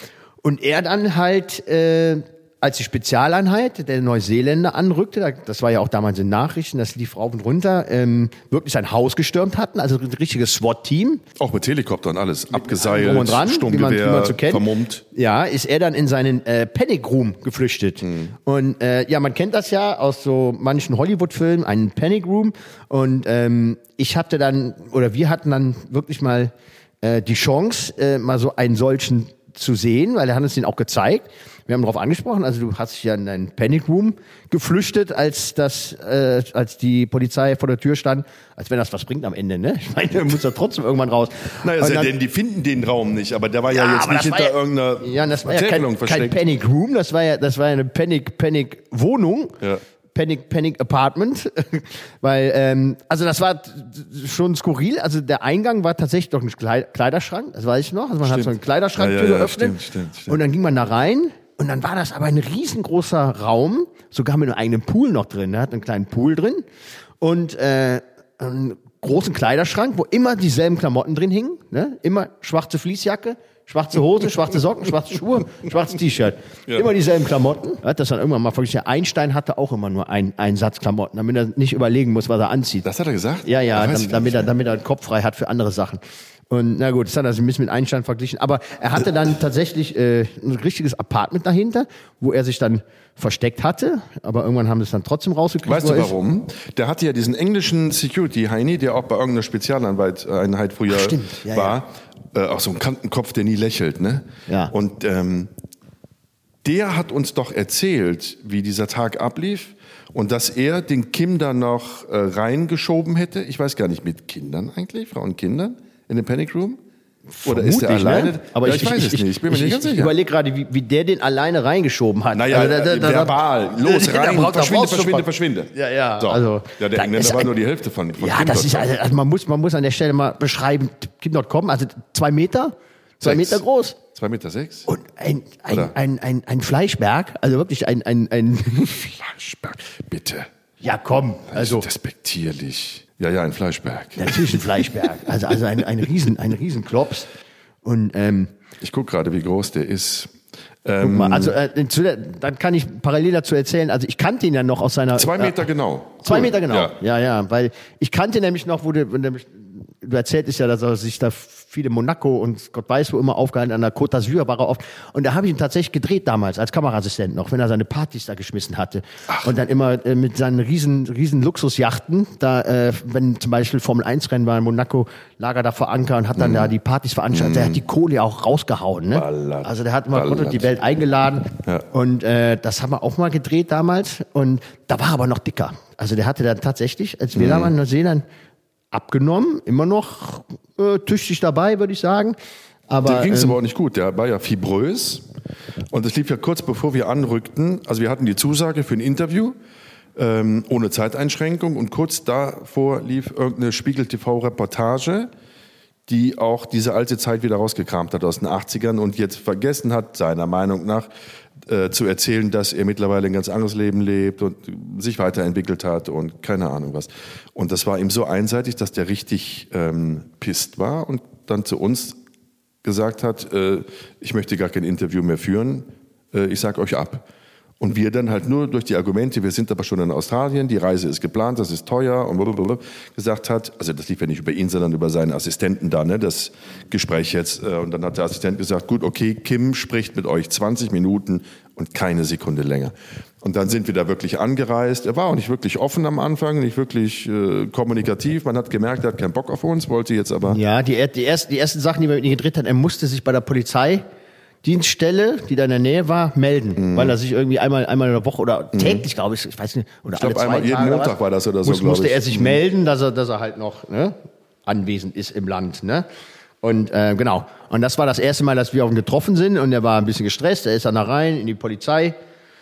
und er dann halt, äh, als die Spezialeinheit der Neuseeländer anrückte, das war ja auch damals in Nachrichten, das lief rauf und runter, ähm, wirklich sein Haus gestürmt hatten, also ein richtiges SWAT-Team. Auch mit Helikoptern alles, abgeseilt, und dran, Sturmgewehr, wie man, wie man so kennt. vermummt. Ja, ist er dann in seinen äh, Panic Room geflüchtet. Mhm. Und äh, ja, man kennt das ja aus so manchen Hollywood-Filmen, einen Panic Room. Und ähm, ich hatte dann, oder wir hatten dann wirklich mal äh, die Chance, äh, mal so einen solchen zu sehen, weil er hat uns den auch gezeigt. Wir haben darauf angesprochen, also du hast dich ja in deinen Panic Room geflüchtet, als das, äh, als die Polizei vor der Tür stand, als wenn das was bringt am Ende, ne? Ich meine, du musst ja trotzdem irgendwann raus. Naja, dann, denn die finden den Raum nicht, aber der war ja, ja jetzt nicht hinter ja, irgendeiner ja, das war ja kein, kein Panic Room, das war ja, das war ja eine Panic, Panic Wohnung. Ja. Panic, Panic Apartment, weil, ähm, also das war schon skurril, also der Eingang war tatsächlich doch ein Kleiderschrank, das weiß ich noch, also man stimmt. hat so einen Kleiderschranktür ja, ja, ja, geöffnet stimmt, stimmt, stimmt. Und dann ging man da rein und dann war das aber ein riesengroßer Raum, sogar mit einem eigenen Pool noch drin, der hat einen kleinen Pool drin und äh, einen großen Kleiderschrank, wo immer dieselben Klamotten drin hingen, ne? Immer schwarze Fließjacke, schwarze Hose, schwarze Socken, schwarze Schuhe, schwarzes T-Shirt. Ja. Immer dieselben Klamotten. Ja, das dann irgendwann mal vergessen. Der Einstein hatte auch immer nur ein, einen Satz Klamotten, damit er nicht überlegen muss, was er anzieht. Das hat er gesagt? Ja, ja, damit, damit, er, damit er den Kopf frei hat für andere Sachen. Und na gut, das hat er ein bisschen mit Einstein verglichen. Aber er hatte dann tatsächlich äh, ein richtiges Apartment dahinter, wo er sich dann versteckt hatte. Aber irgendwann haben sie es dann trotzdem rausgekriegt. Weißt du warum? Der hatte ja diesen englischen Security-Heini, der auch bei irgendeiner Spezialeinheit früher Ach, stimmt. Ja, war. Ja. Äh, auch so ein Kantenkopf, der nie lächelt, ne? Ja. Und ähm, der hat uns doch erzählt, wie dieser Tag ablief und dass er den Kim da noch äh, reingeschoben hätte. Ich weiß gar nicht, mit Kindern eigentlich, Frauen und Kindern in den Panic Room? Oder Vermutlich, ist er alleine? Ne? Aber ja, ich, ich weiß ich, es nicht. Ich bin mir ich, nicht ganz sicher. Ich überlege gerade, wie, wie der den alleine reingeschoben hat. Naja, also, da, da, verbal. Da, Los, rein, verschwinde, verschwinde, verschwinde. Ja, ja. So. Also, ja, der Engländer war nur die Hälfte von, von Ja, Kim das ist, also, also man muss, man muss an der Stelle mal beschreiben, Kim Punkt com, also zwei Meter, zwei Meter groß. Zwei Meter sechs? Und ein, ein, ein, ein, ein, ein Fleischberg, also wirklich ein, ein, ein Fleischberg, bitte. Ja, komm. Also, also despektierlich. Ja, ja, ein Fleischberg. Natürlich ein Fleischberg. Also, also ein, ein Riesen, ein Riesenklops. Und, ähm, ich gucke gerade, wie groß der ist. Ähm, guck mal, also äh, zu der, dann kann ich parallel dazu erzählen, also ich kannte ihn ja noch aus seiner... Zwei Meter äh, genau. Zwei cool. Meter genau, ja. ja, ja, weil ich kannte nämlich noch, wo du, du erzähltest ja, dass er sich da viele Monaco und Gott weiß wo immer aufgehalten, an der Côte d'Azur war er oft. Und da habe ich ihn tatsächlich gedreht damals, als Kameraassistent noch, wenn er seine Partys da geschmissen hatte. Ach. Und dann immer äh, mit seinen riesen, riesen Luxusjachten, da, äh, wenn zum Beispiel Formel eins Rennen war in Monaco, lag er da vor Anker und hat dann mm. da die Partys veranstaltet. Mm. Der hat die Kohle auch rausgehauen, ne? Ballert. Also der hat immer Gott und die Welt eingeladen. Ja. Und äh, das haben wir auch mal gedreht damals. Und da war er aber noch dicker. Also der hatte dann tatsächlich, als wir mm. da waren in Neuseeland, abgenommen, immer noch äh, tüchtig dabei, würde ich sagen. Aber, dem ging es ähm, aber auch nicht gut, der war ja fibrös und das lief ja kurz bevor wir anrückten, also wir hatten die Zusage für ein Interview, ähm, ohne Zeiteinschränkung und kurz davor lief irgendeine Spiegel-T V-Reportage, die auch diese alte Zeit wieder rausgekramt hat aus den achtzigern und jetzt vergessen hat, seiner Meinung nach, äh, zu erzählen, dass er mittlerweile ein ganz anderes Leben lebt und sich weiterentwickelt hat und keine Ahnung was. Und das war ihm so einseitig, dass der richtig ähm, pisst war und dann zu uns gesagt hat, äh, ich möchte gar kein Interview mehr führen, äh, ich sag euch ab. Und wir dann halt nur durch die Argumente, wir sind aber schon in Australien, die Reise ist geplant, das ist teuer und blablabla, gesagt hat, also das lief ja nicht über ihn, sondern über seinen Assistenten da, ne, das Gespräch jetzt. Und dann hat der Assistent gesagt, gut, okay, Kim spricht mit euch zwanzig Minuten und keine Sekunde länger. Und dann sind wir da wirklich angereist. Er war auch nicht wirklich offen am Anfang, nicht wirklich äh, kommunikativ. Man hat gemerkt, er hat keinen Bock auf uns, wollte jetzt aber... Ja, die, die, ersten, die ersten Sachen, die wir mit ihm gedreht haben, er musste sich bei der Polizei... Dienststelle, die da in der Nähe war, melden, mhm. weil er sich irgendwie einmal einmal in der Woche oder täglich, mhm. glaube ich, ich weiß nicht, oder ich glaube einmal jeden Tage Montag war das oder so, muss, musste er sich mhm. melden, dass er dass er halt noch ne, anwesend ist im Land, ne? Und äh, genau. Und das war das erste Mal, dass wir auf ihn getroffen sind und er war ein bisschen gestresst. Er ist dann da rein in die Polizei.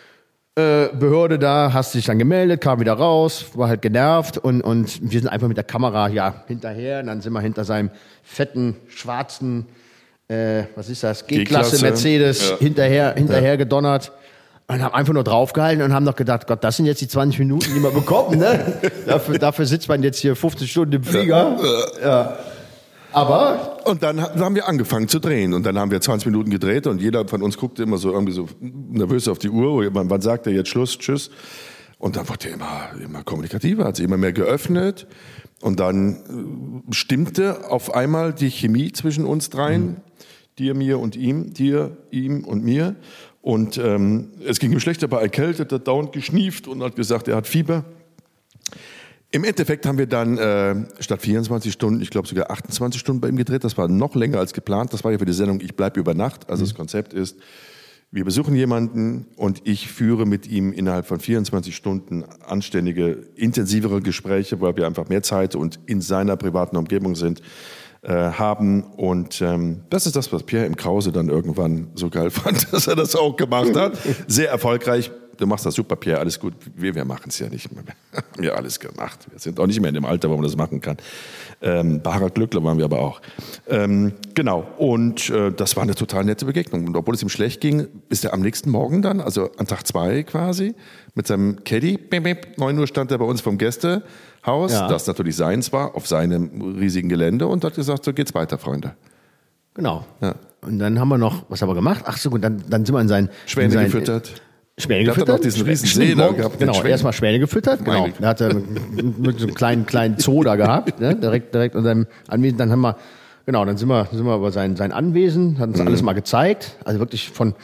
Äh, Behörde da, hast dich dann gemeldet, kam wieder raus, war halt genervt und, und wir sind einfach mit der Kamera ja hinterher und dann sind wir hinter seinem fetten, schwarzen Äh, was ist das? G-Klasse, G-Klasse. Mercedes ja. hinterher, hinterher ja. gedonnert und haben einfach nur draufgehalten und haben noch gedacht, Gott, das sind jetzt die zwanzig Minuten, die wir bekommen, ne? dafür, dafür sitzt man jetzt hier fünfzehn Stunden im Flieger. Ja. Ja. Aber... Und dann haben wir angefangen zu drehen und dann haben wir zwanzig Minuten gedreht und jeder von uns guckte immer so irgendwie so nervös auf die Uhr, wann sagt er jetzt Schluss, tschüss. Und dann wurde er immer, immer kommunikativer, hat sich immer mehr geöffnet und dann stimmte auf einmal die Chemie zwischen uns dreien. Mhm. Dir, mir und ihm, dir, ihm und mir. Und ähm, es ging ihm schlecht, er war erkältet, hat dauernd geschnieft und hat gesagt, er hat Fieber. Im Endeffekt haben wir dann äh, statt vierundzwanzig Stunden, ich glaube sogar achtundzwanzig Stunden bei ihm gedreht. Das war noch länger als geplant. Das war ja für die Sendung Ich bleib über Nacht. Also mhm. das Konzept ist, wir besuchen jemanden und ich führe mit ihm innerhalb von vierundzwanzig Stunden anständige, intensivere Gespräche, weil wir einfach mehr Zeit und in seiner privaten Umgebung sind, äh, haben. Und ähm, das ist das, was Pierre im Krause dann irgendwann so geil fand, dass er das auch gemacht hat. Sehr erfolgreich. Du machst das super, Pierre, alles gut. Wir, wir machen es ja nicht mehr. Wir haben ja alles gemacht. Wir sind auch nicht mehr in dem Alter, wo man das machen kann. Ähm, bei Harald Glückler waren wir aber auch. Ähm, genau, und äh, das war eine total nette Begegnung. Und obwohl es ihm schlecht ging, ist er am nächsten Morgen dann, also an Tag zwei quasi, mit seinem Caddy, neun Uhr stand er bei uns vom Gästehaus, ja. das natürlich seins war, auf seinem riesigen Gelände und hat gesagt, so geht's weiter, Freunde. Genau. Ja. Und dann haben wir noch, was haben wir gemacht? Ach so, und dann, dann sind wir in sein... Schwäne in sein, gefüttert. Schwäne gefüttert. gefüttert. Noch diesen riesen See da gehabt. Genau, erstmal Schwäne gefüttert. Genau. Da hat er mit so einem kleinen, kleinen Zoo da gehabt, ne? direkt, direkt unter seinem Anwesen. Dann haben wir, genau, dann sind wir, sind wir über sein, sein Anwesen, hat uns mhm. alles mal gezeigt. Also wirklich von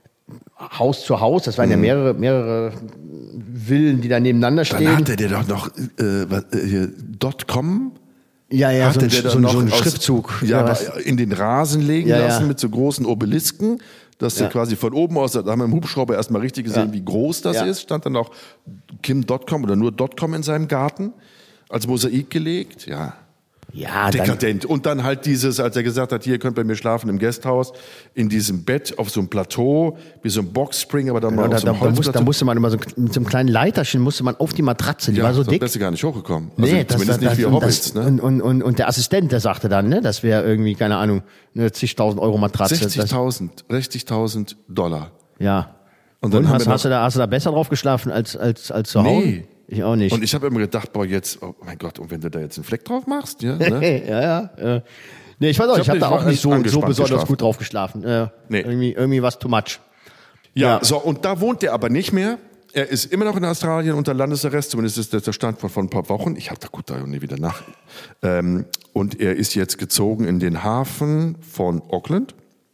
Haus zu Haus. Das waren mhm. ja mehrere, mehrere Villen, die da nebeneinander stehen. Dann hatte der doch noch, äh, hier, .com. Ja, ja, hatte so, der so, noch so ein aus, Schriftzug. Ja, ja, in den Rasen legen ja, lassen ja. mit so großen Obelisken. Dass ja. du quasi von oben aus, da haben wir im Hubschrauber erstmal richtig gesehen, ja. wie groß das ja. ist. Stand dann auch Kim Punkt com oder nur .com in seinem Garten als Mosaik gelegt. Ja. Ja, dekadent. Dann, und dann halt dieses, als er gesagt hat, hier ihr könnt bei mir schlafen im Gasthaus, in diesem Bett auf so einem Plateau, wie so ein Boxspring, aber dann ja, mal da, auf so einem da, da, musste, da musste man immer so mit so einem kleinen Leiterchen musste man auf die Matratze, die ja, war so dick. Da bist du gar nicht hochgekommen. Also nee, zumindest das, nicht das, wie das, Hobbits. Das, ne? und, und, und der Assistent, der sagte dann, ne, das wäre irgendwie, keine Ahnung, eine zigtausend Euro Matratze. sechzigtausend, sechzigtausend Dollar. Ja. Und dann und haben hast, wir hast, du da, hast du da besser drauf geschlafen als, als, als zu Hause? Nee. Ich auch nicht. Und ich habe immer gedacht, boah, jetzt, oh mein Gott, und wenn du da jetzt einen Fleck drauf machst, ja, ne? ja, ja, ja. Nee, ich weiß auch, ich, ich habe hab da auch nicht so, so besonders geschlafen. gut drauf geschlafen. Äh, nee. Irgendwie, irgendwie was too much. Ja, ja, so, und da wohnt er aber nicht mehr. Er ist immer noch in Australien unter Landesarrest, zumindest ist das der Stand von, von ein paar Wochen. Ich habe da gut da nie wieder nach. Ähm, und er ist jetzt gezogen in den Hafen von Auckland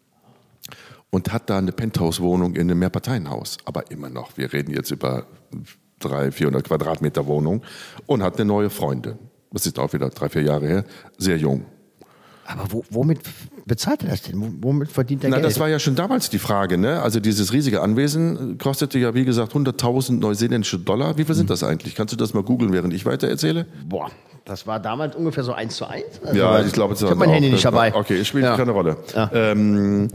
und hat da eine Penthouse-Wohnung in einem Mehrparteienhaus. Aber immer noch, wir reden jetzt über dreihundert, vierhundert Quadratmeter Wohnung und hat eine neue Freundin. Das ist auch wieder drei, vier Jahre her, sehr jung. Aber wo, womit bezahlt er das denn? Womit verdient er Na, Geld? Das war ja schon damals die Frage, ne? Also dieses riesige Anwesen kostete ja, wie gesagt, hunderttausend neuseeländische Dollar. Wie viel sind das eigentlich? Kannst du das mal googeln, während ich weiter erzähle? Boah, das war damals ungefähr so eins zu eins? Also ja, ich glaube, ich habe mein Handy nicht dabei. Okay, es spielt ja. keine Rolle. Ja. Ähm,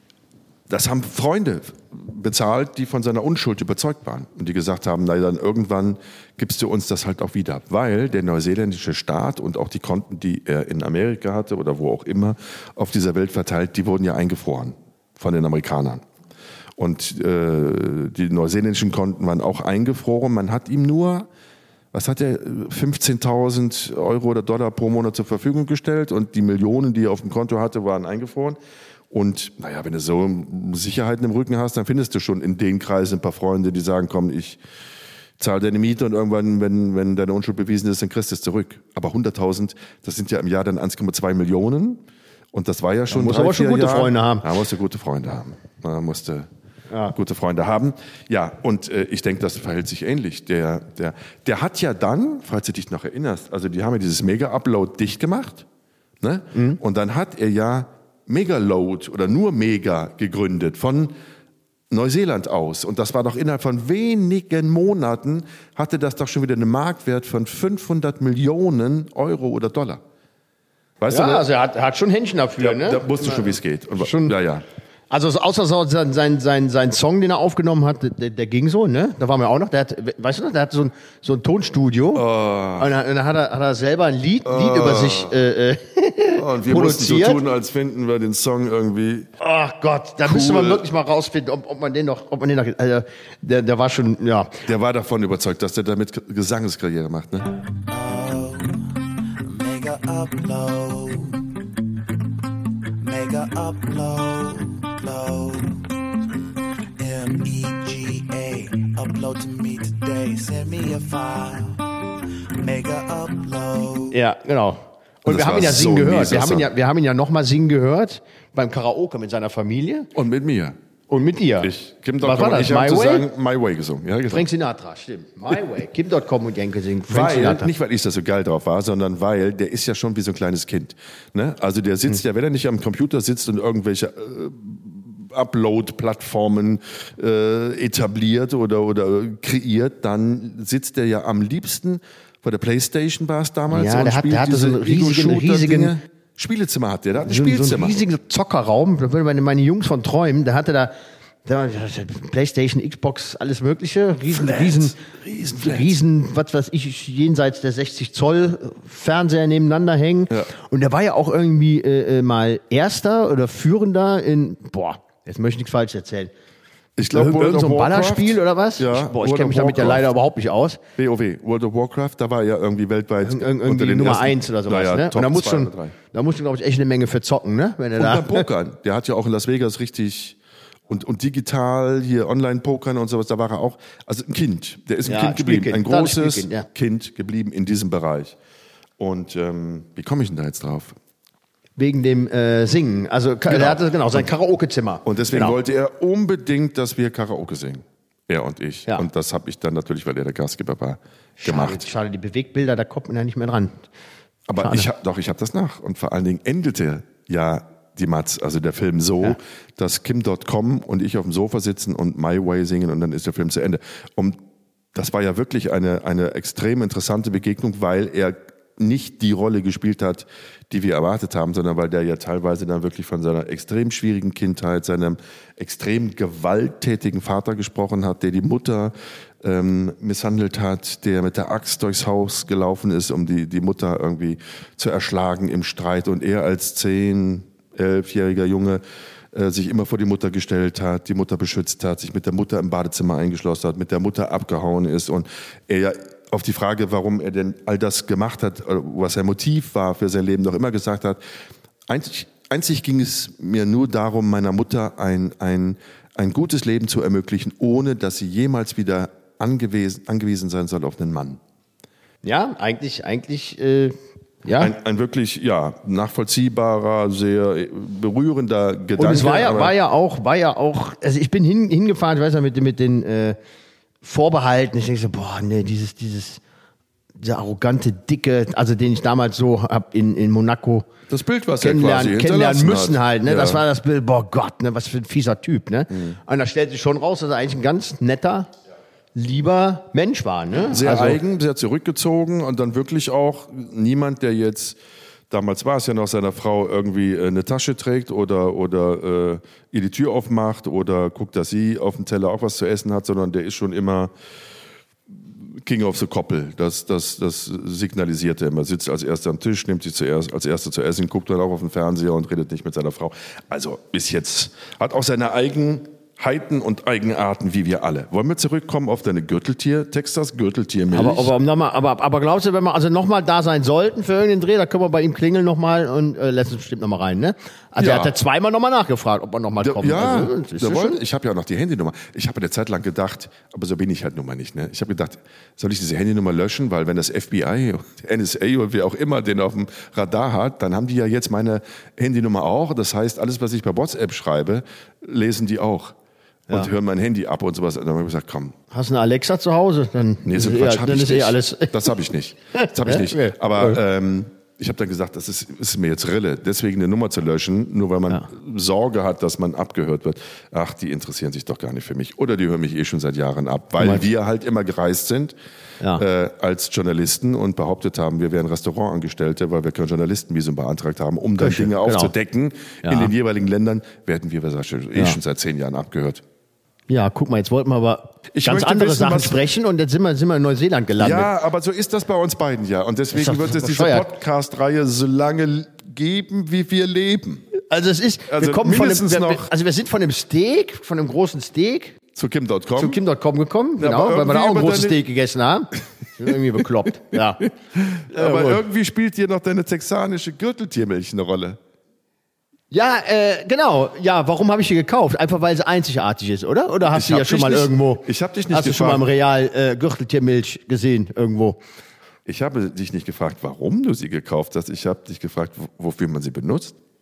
das haben Freunde bezahlt, die von seiner Unschuld überzeugt waren und die gesagt haben, na dann irgendwann gibst du uns das halt auch wieder, weil der neuseeländische Staat und auch die Konten, die er in Amerika hatte oder wo auch immer auf dieser Welt verteilt, die wurden ja eingefroren von den Amerikanern. Und äh, die neuseeländischen Konten waren auch eingefroren. Man hat ihm nur, was hat er, fünfzehntausend Euro oder Dollar pro Monat zur Verfügung gestellt und die Millionen, die er auf dem Konto hatte, waren eingefroren. Und naja, wenn du so Sicherheiten im Rücken hast, dann findest du schon in den Kreisen ein paar Freunde, die sagen, komm, ich zahle deine Miete und irgendwann, wenn, wenn deine Unschuld bewiesen ist, dann kriegst du es zurück. Aber hunderttausend, das sind ja im Jahr dann eins Komma zwei Millionen. Und das war ja schon. Man muss aber schon gute Jahre. Freunde haben. Da musst du gute Freunde haben. Da musste ja. gute Freunde haben. Ja, und äh, ich denke, das verhält sich ähnlich. Der, der, der hat ja dann, falls du dich noch erinnerst, also die haben ja dieses Mega-Upload dicht gemacht. Ne? Mhm. Und dann hat er ja Megaload oder nur Mega gegründet von Neuseeland aus. Und das war doch innerhalb von wenigen Monaten, hatte das doch schon wieder einen Marktwert von fünfhundert Millionen Euro oder Dollar. Weißt ja, du, also er hat, er hat schon Händchen dafür. Ja, ne? Da wusste schon, wie es geht. Und, schon, ja, ja. Also außer so sein, sein, sein, sein Song, den er aufgenommen hat, der, der ging so, ne? Da waren wir auch noch. Der hat, weißt du noch, der hat so ein, so ein Tonstudio. Oh. Und dann, dann hat, er, hat er selber ein Lied, oh. Lied über sich äh, äh, oh, und wir produziert. mussten so tun, als finden wir den Song irgendwie. Ach Gott, da cool. müsste man wirklich mal rausfinden, ob, ob man den noch, ob man den noch, also, der, der war schon, ja. Der war davon überzeugt, dass der damit Gesangskarriere macht, ne? Oh, mega upload, mega upload. M E G A, upload to me today, send me a file, mega upload. Ja, genau. Und, Und wir haben ihn ja singen so gehört. Wir haben ihn ja, wir haben ihn ja nochmal singen gehört beim Karaoke mit seiner Familie. Und mit mir. Und mit dir. Ich, Kim Was war das? Ich habe My zu Way? sagen, My Way gesungen. Ja, genau. Frank Sinatra, stimmt. My Way. Kim Punkt com und Jenke singen Frank Weil, Sinatra. nicht weil ich da so geil drauf war, sondern weil der ist ja schon wie so ein kleines Kind. Ne? Also der sitzt Hm. ja, wenn er nicht am Computer sitzt und irgendwelche äh, Upload-Plattformen äh, etabliert oder, oder kreiert, dann sitzt er ja am liebsten bei der Playstation war es damals. Ja, und der hat- spielt der hatte diese so einen riesigen- Ego-Shooter-Dinge. riesigen- Spielezimmer hat der, der hat ein so, so Spielzimmer. einen riesigen Zockerraum, da würden meine, meine Jungs von träumen, da hatte da, da Playstation, Xbox, alles mögliche, riesen, Flats. riesen, Riesen Flats. riesen, was weiß ich, jenseits der sechzig Zoll Fernseher nebeneinander hängen. Ja. Und der war ja auch irgendwie äh, äh, mal Erster oder Führender in, boah, jetzt möchte ich nichts falsch erzählen. Ich glaube, Irgend World so of ein Warcraft. Ballerspiel oder was? Ja, ich boah, ich World kenne of mich damit ja Warcraft. leider überhaupt nicht aus. WoW, World of Warcraft, da war er ja irgendwie weltweit Ir irgendwie unter den Nummer ersten, eins oder sowas. naja, Ne? Top Und da musst zwei du, oder drei. da musst du, glaube ich, echt eine Menge für zocken, ne? Wenn du Und da beim Pokern, der hat ja auch in Las Vegas richtig und, und digital hier Online-Pokern und sowas, da war er auch, also ein Kind, der ist ein Ja, Kind geblieben, Spielkind, ein totales großes Spielkind, ja. Kind geblieben in diesem Bereich. Und ähm, wie komme ich denn da jetzt drauf? wegen dem äh, Singen. Also ka- der hatte genau sein Karaoke-Zimmer. Und deswegen genau. wollte er unbedingt, dass wir Karaoke singen. Er und ich. Ja. Und das habe ich dann natürlich, weil er der Gastgeber war, Schade, gemacht. schade, die Bewegbilder, da kommt man ja nicht mehr dran. Aber Schade. ich hab, doch, ich habe das nach. Und vor allen Dingen endete ja die Matz, also der Film so, Ja. dass Kim Punkt com und ich auf dem Sofa sitzen und My Way singen und dann ist der Film zu Ende. Und das war ja wirklich eine, eine extrem interessante Begegnung, weil er nicht die Rolle gespielt hat, die wir erwartet haben, sondern weil der ja teilweise dann wirklich von seiner extrem schwierigen Kindheit, seinem extrem gewalttätigen Vater gesprochen hat, der die Mutter ähm, misshandelt hat, der mit der Axt durchs Haus gelaufen ist, um die, die Mutter irgendwie zu erschlagen im Streit. Und er als zehn, elfjähriger Junge äh, sich immer vor die Mutter gestellt hat, die Mutter beschützt hat, sich mit der Mutter im Badezimmer eingeschlossen hat, mit der Mutter abgehauen ist und er ja auf die Frage, warum er denn all das gemacht hat, was sein Motiv war für sein Leben, noch immer gesagt hat, einzig, einzig ging es mir nur darum, meiner Mutter ein, ein, ein gutes Leben zu ermöglichen, ohne dass sie jemals wieder angewiesen, angewiesen sein soll auf einen Mann. Ja, eigentlich, eigentlich, äh, ja. Ein, ein wirklich, ja, nachvollziehbarer, sehr berührender Gedanke. Und es war ja, aber- war ja auch, war ja auch, also ich bin hin, hingefahren, ich weiß nicht, mit, mit den äh, Vorbehalten. Ich denke so, boah, nee, dieses, dieses, dieser arrogante, dicke, also den ich damals so hab in, in Monaco das Bild, was er quasi kennenlernen, kennenlernen hinterlassen müssen hat. halt, ne? Ja. Das war das Bild, boah Gott, ne, was für ein fieser Typ, ne? Mhm. Und da stellt sich schon raus, dass er eigentlich ein ganz netter, lieber Mensch war, ne? Sehr also, eigen, sehr zurückgezogen und dann wirklich auch niemand, der jetzt, damals war es ja noch, seiner Frau irgendwie äh, eine Tasche trägt oder, oder äh, ihr die Tür aufmacht oder guckt, dass sie auf dem Teller auch was zu essen hat, sondern der ist schon immer King of the Koppel. Das, das, das signalisiert er immer. Sitzt als Erster am Tisch, nimmt sich zuerst als Erster zu essen, guckt dann auch auf den Fernseher und redet nicht mit seiner Frau. Also bis jetzt hat auch seine Eigenheiten und Eigenarten, wie wir alle. Wollen wir zurückkommen auf deine Gürteltier, Texas Gürteltiermilch? aber, aber, um noch mal, aber, aber glaubst du, wenn wir also nochmal da sein sollten für irgendeinen Dreh, da können wir bei ihm klingeln nochmal und äh, lässt uns bestimmt nochmal rein, ne? Also Ja. er hat ja zweimal nochmal nachgefragt, ob er nochmal Der- kommt. Ja, also, das ist der ja wollte- schon- ich habe ja auch noch die Handynummer. Ich habe eine Zeit lang gedacht, aber so bin ich halt nun mal nicht. Ne? Ich habe gedacht, soll ich diese Handynummer löschen? Weil wenn das F B I, N S A oder wer auch immer den auf dem Radar hat, dann haben die ja jetzt meine Handynummer auch. Das heißt, alles, was ich bei WhatsApp schreibe, lesen die auch. Und Ja. hören mein Handy ab und sowas. Und dann habe ich gesagt, komm, Hast du eine Alexa zu Hause? Dann nee, so ist, Quatsch eh, hab dann ich ist nicht. eh alles. Das habe ich nicht. Das habe ich Ja? nicht. Okay. Aber ähm, ich habe dann gesagt, das ist, ist mir jetzt Rille, deswegen eine Nummer zu löschen, nur weil man Ja. Sorge hat, dass man abgehört wird. Ach, die interessieren sich doch gar nicht für mich. Oder die hören mich eh schon seit Jahren ab, weil meinst- wir halt immer gereist sind Ja. äh, als Journalisten und behauptet haben, wir wären Restaurantangestellte, weil wir kein Journalistenvisum beantragt haben, um dann Köche, Dinge genau. aufzudecken. Ja. In den jeweiligen Ländern werden wir wahrscheinlich eh Ja. schon seit zehn Jahren abgehört. Ja, guck mal, jetzt wollten wir aber Ich ganz möchte andere wissen, Sachen was- sprechen und jetzt sind wir, sind wir in Neuseeland gelandet. Ja, aber so ist das bei uns beiden ja. Und Ist deswegen doch wird es diese bescheuert. Podcast-Reihe so lange geben, wie wir leben. Also es ist, Also wir kommen von dem, mindestens wir, wir, noch- also wir sind von dem Steak, von dem großen Steak Zu Kim Punkt com. zu Kim Punkt com gekommen, Ja, genau, aber weil wir da auch ein irgendwie großes über deine- Steak gegessen haben. Sind irgendwie bekloppt, ja. aber gut. irgendwie spielt hier noch deine texanische Gürteltiermilch eine Rolle. Ja, äh, genau. Ja, warum habe ich die gekauft? Einfach weil sie einzigartig ist, oder? Oder hast Ich du hab ja schon dich mal nicht- irgendwo? ich hab dich nicht Hast du schon mal gefragt. im Real äh, Gürteltiermilch gesehen irgendwo? Ich habe dich nicht gefragt, warum du sie gekauft hast. Ich habe dich gefragt, w- wofür man sie benutzt.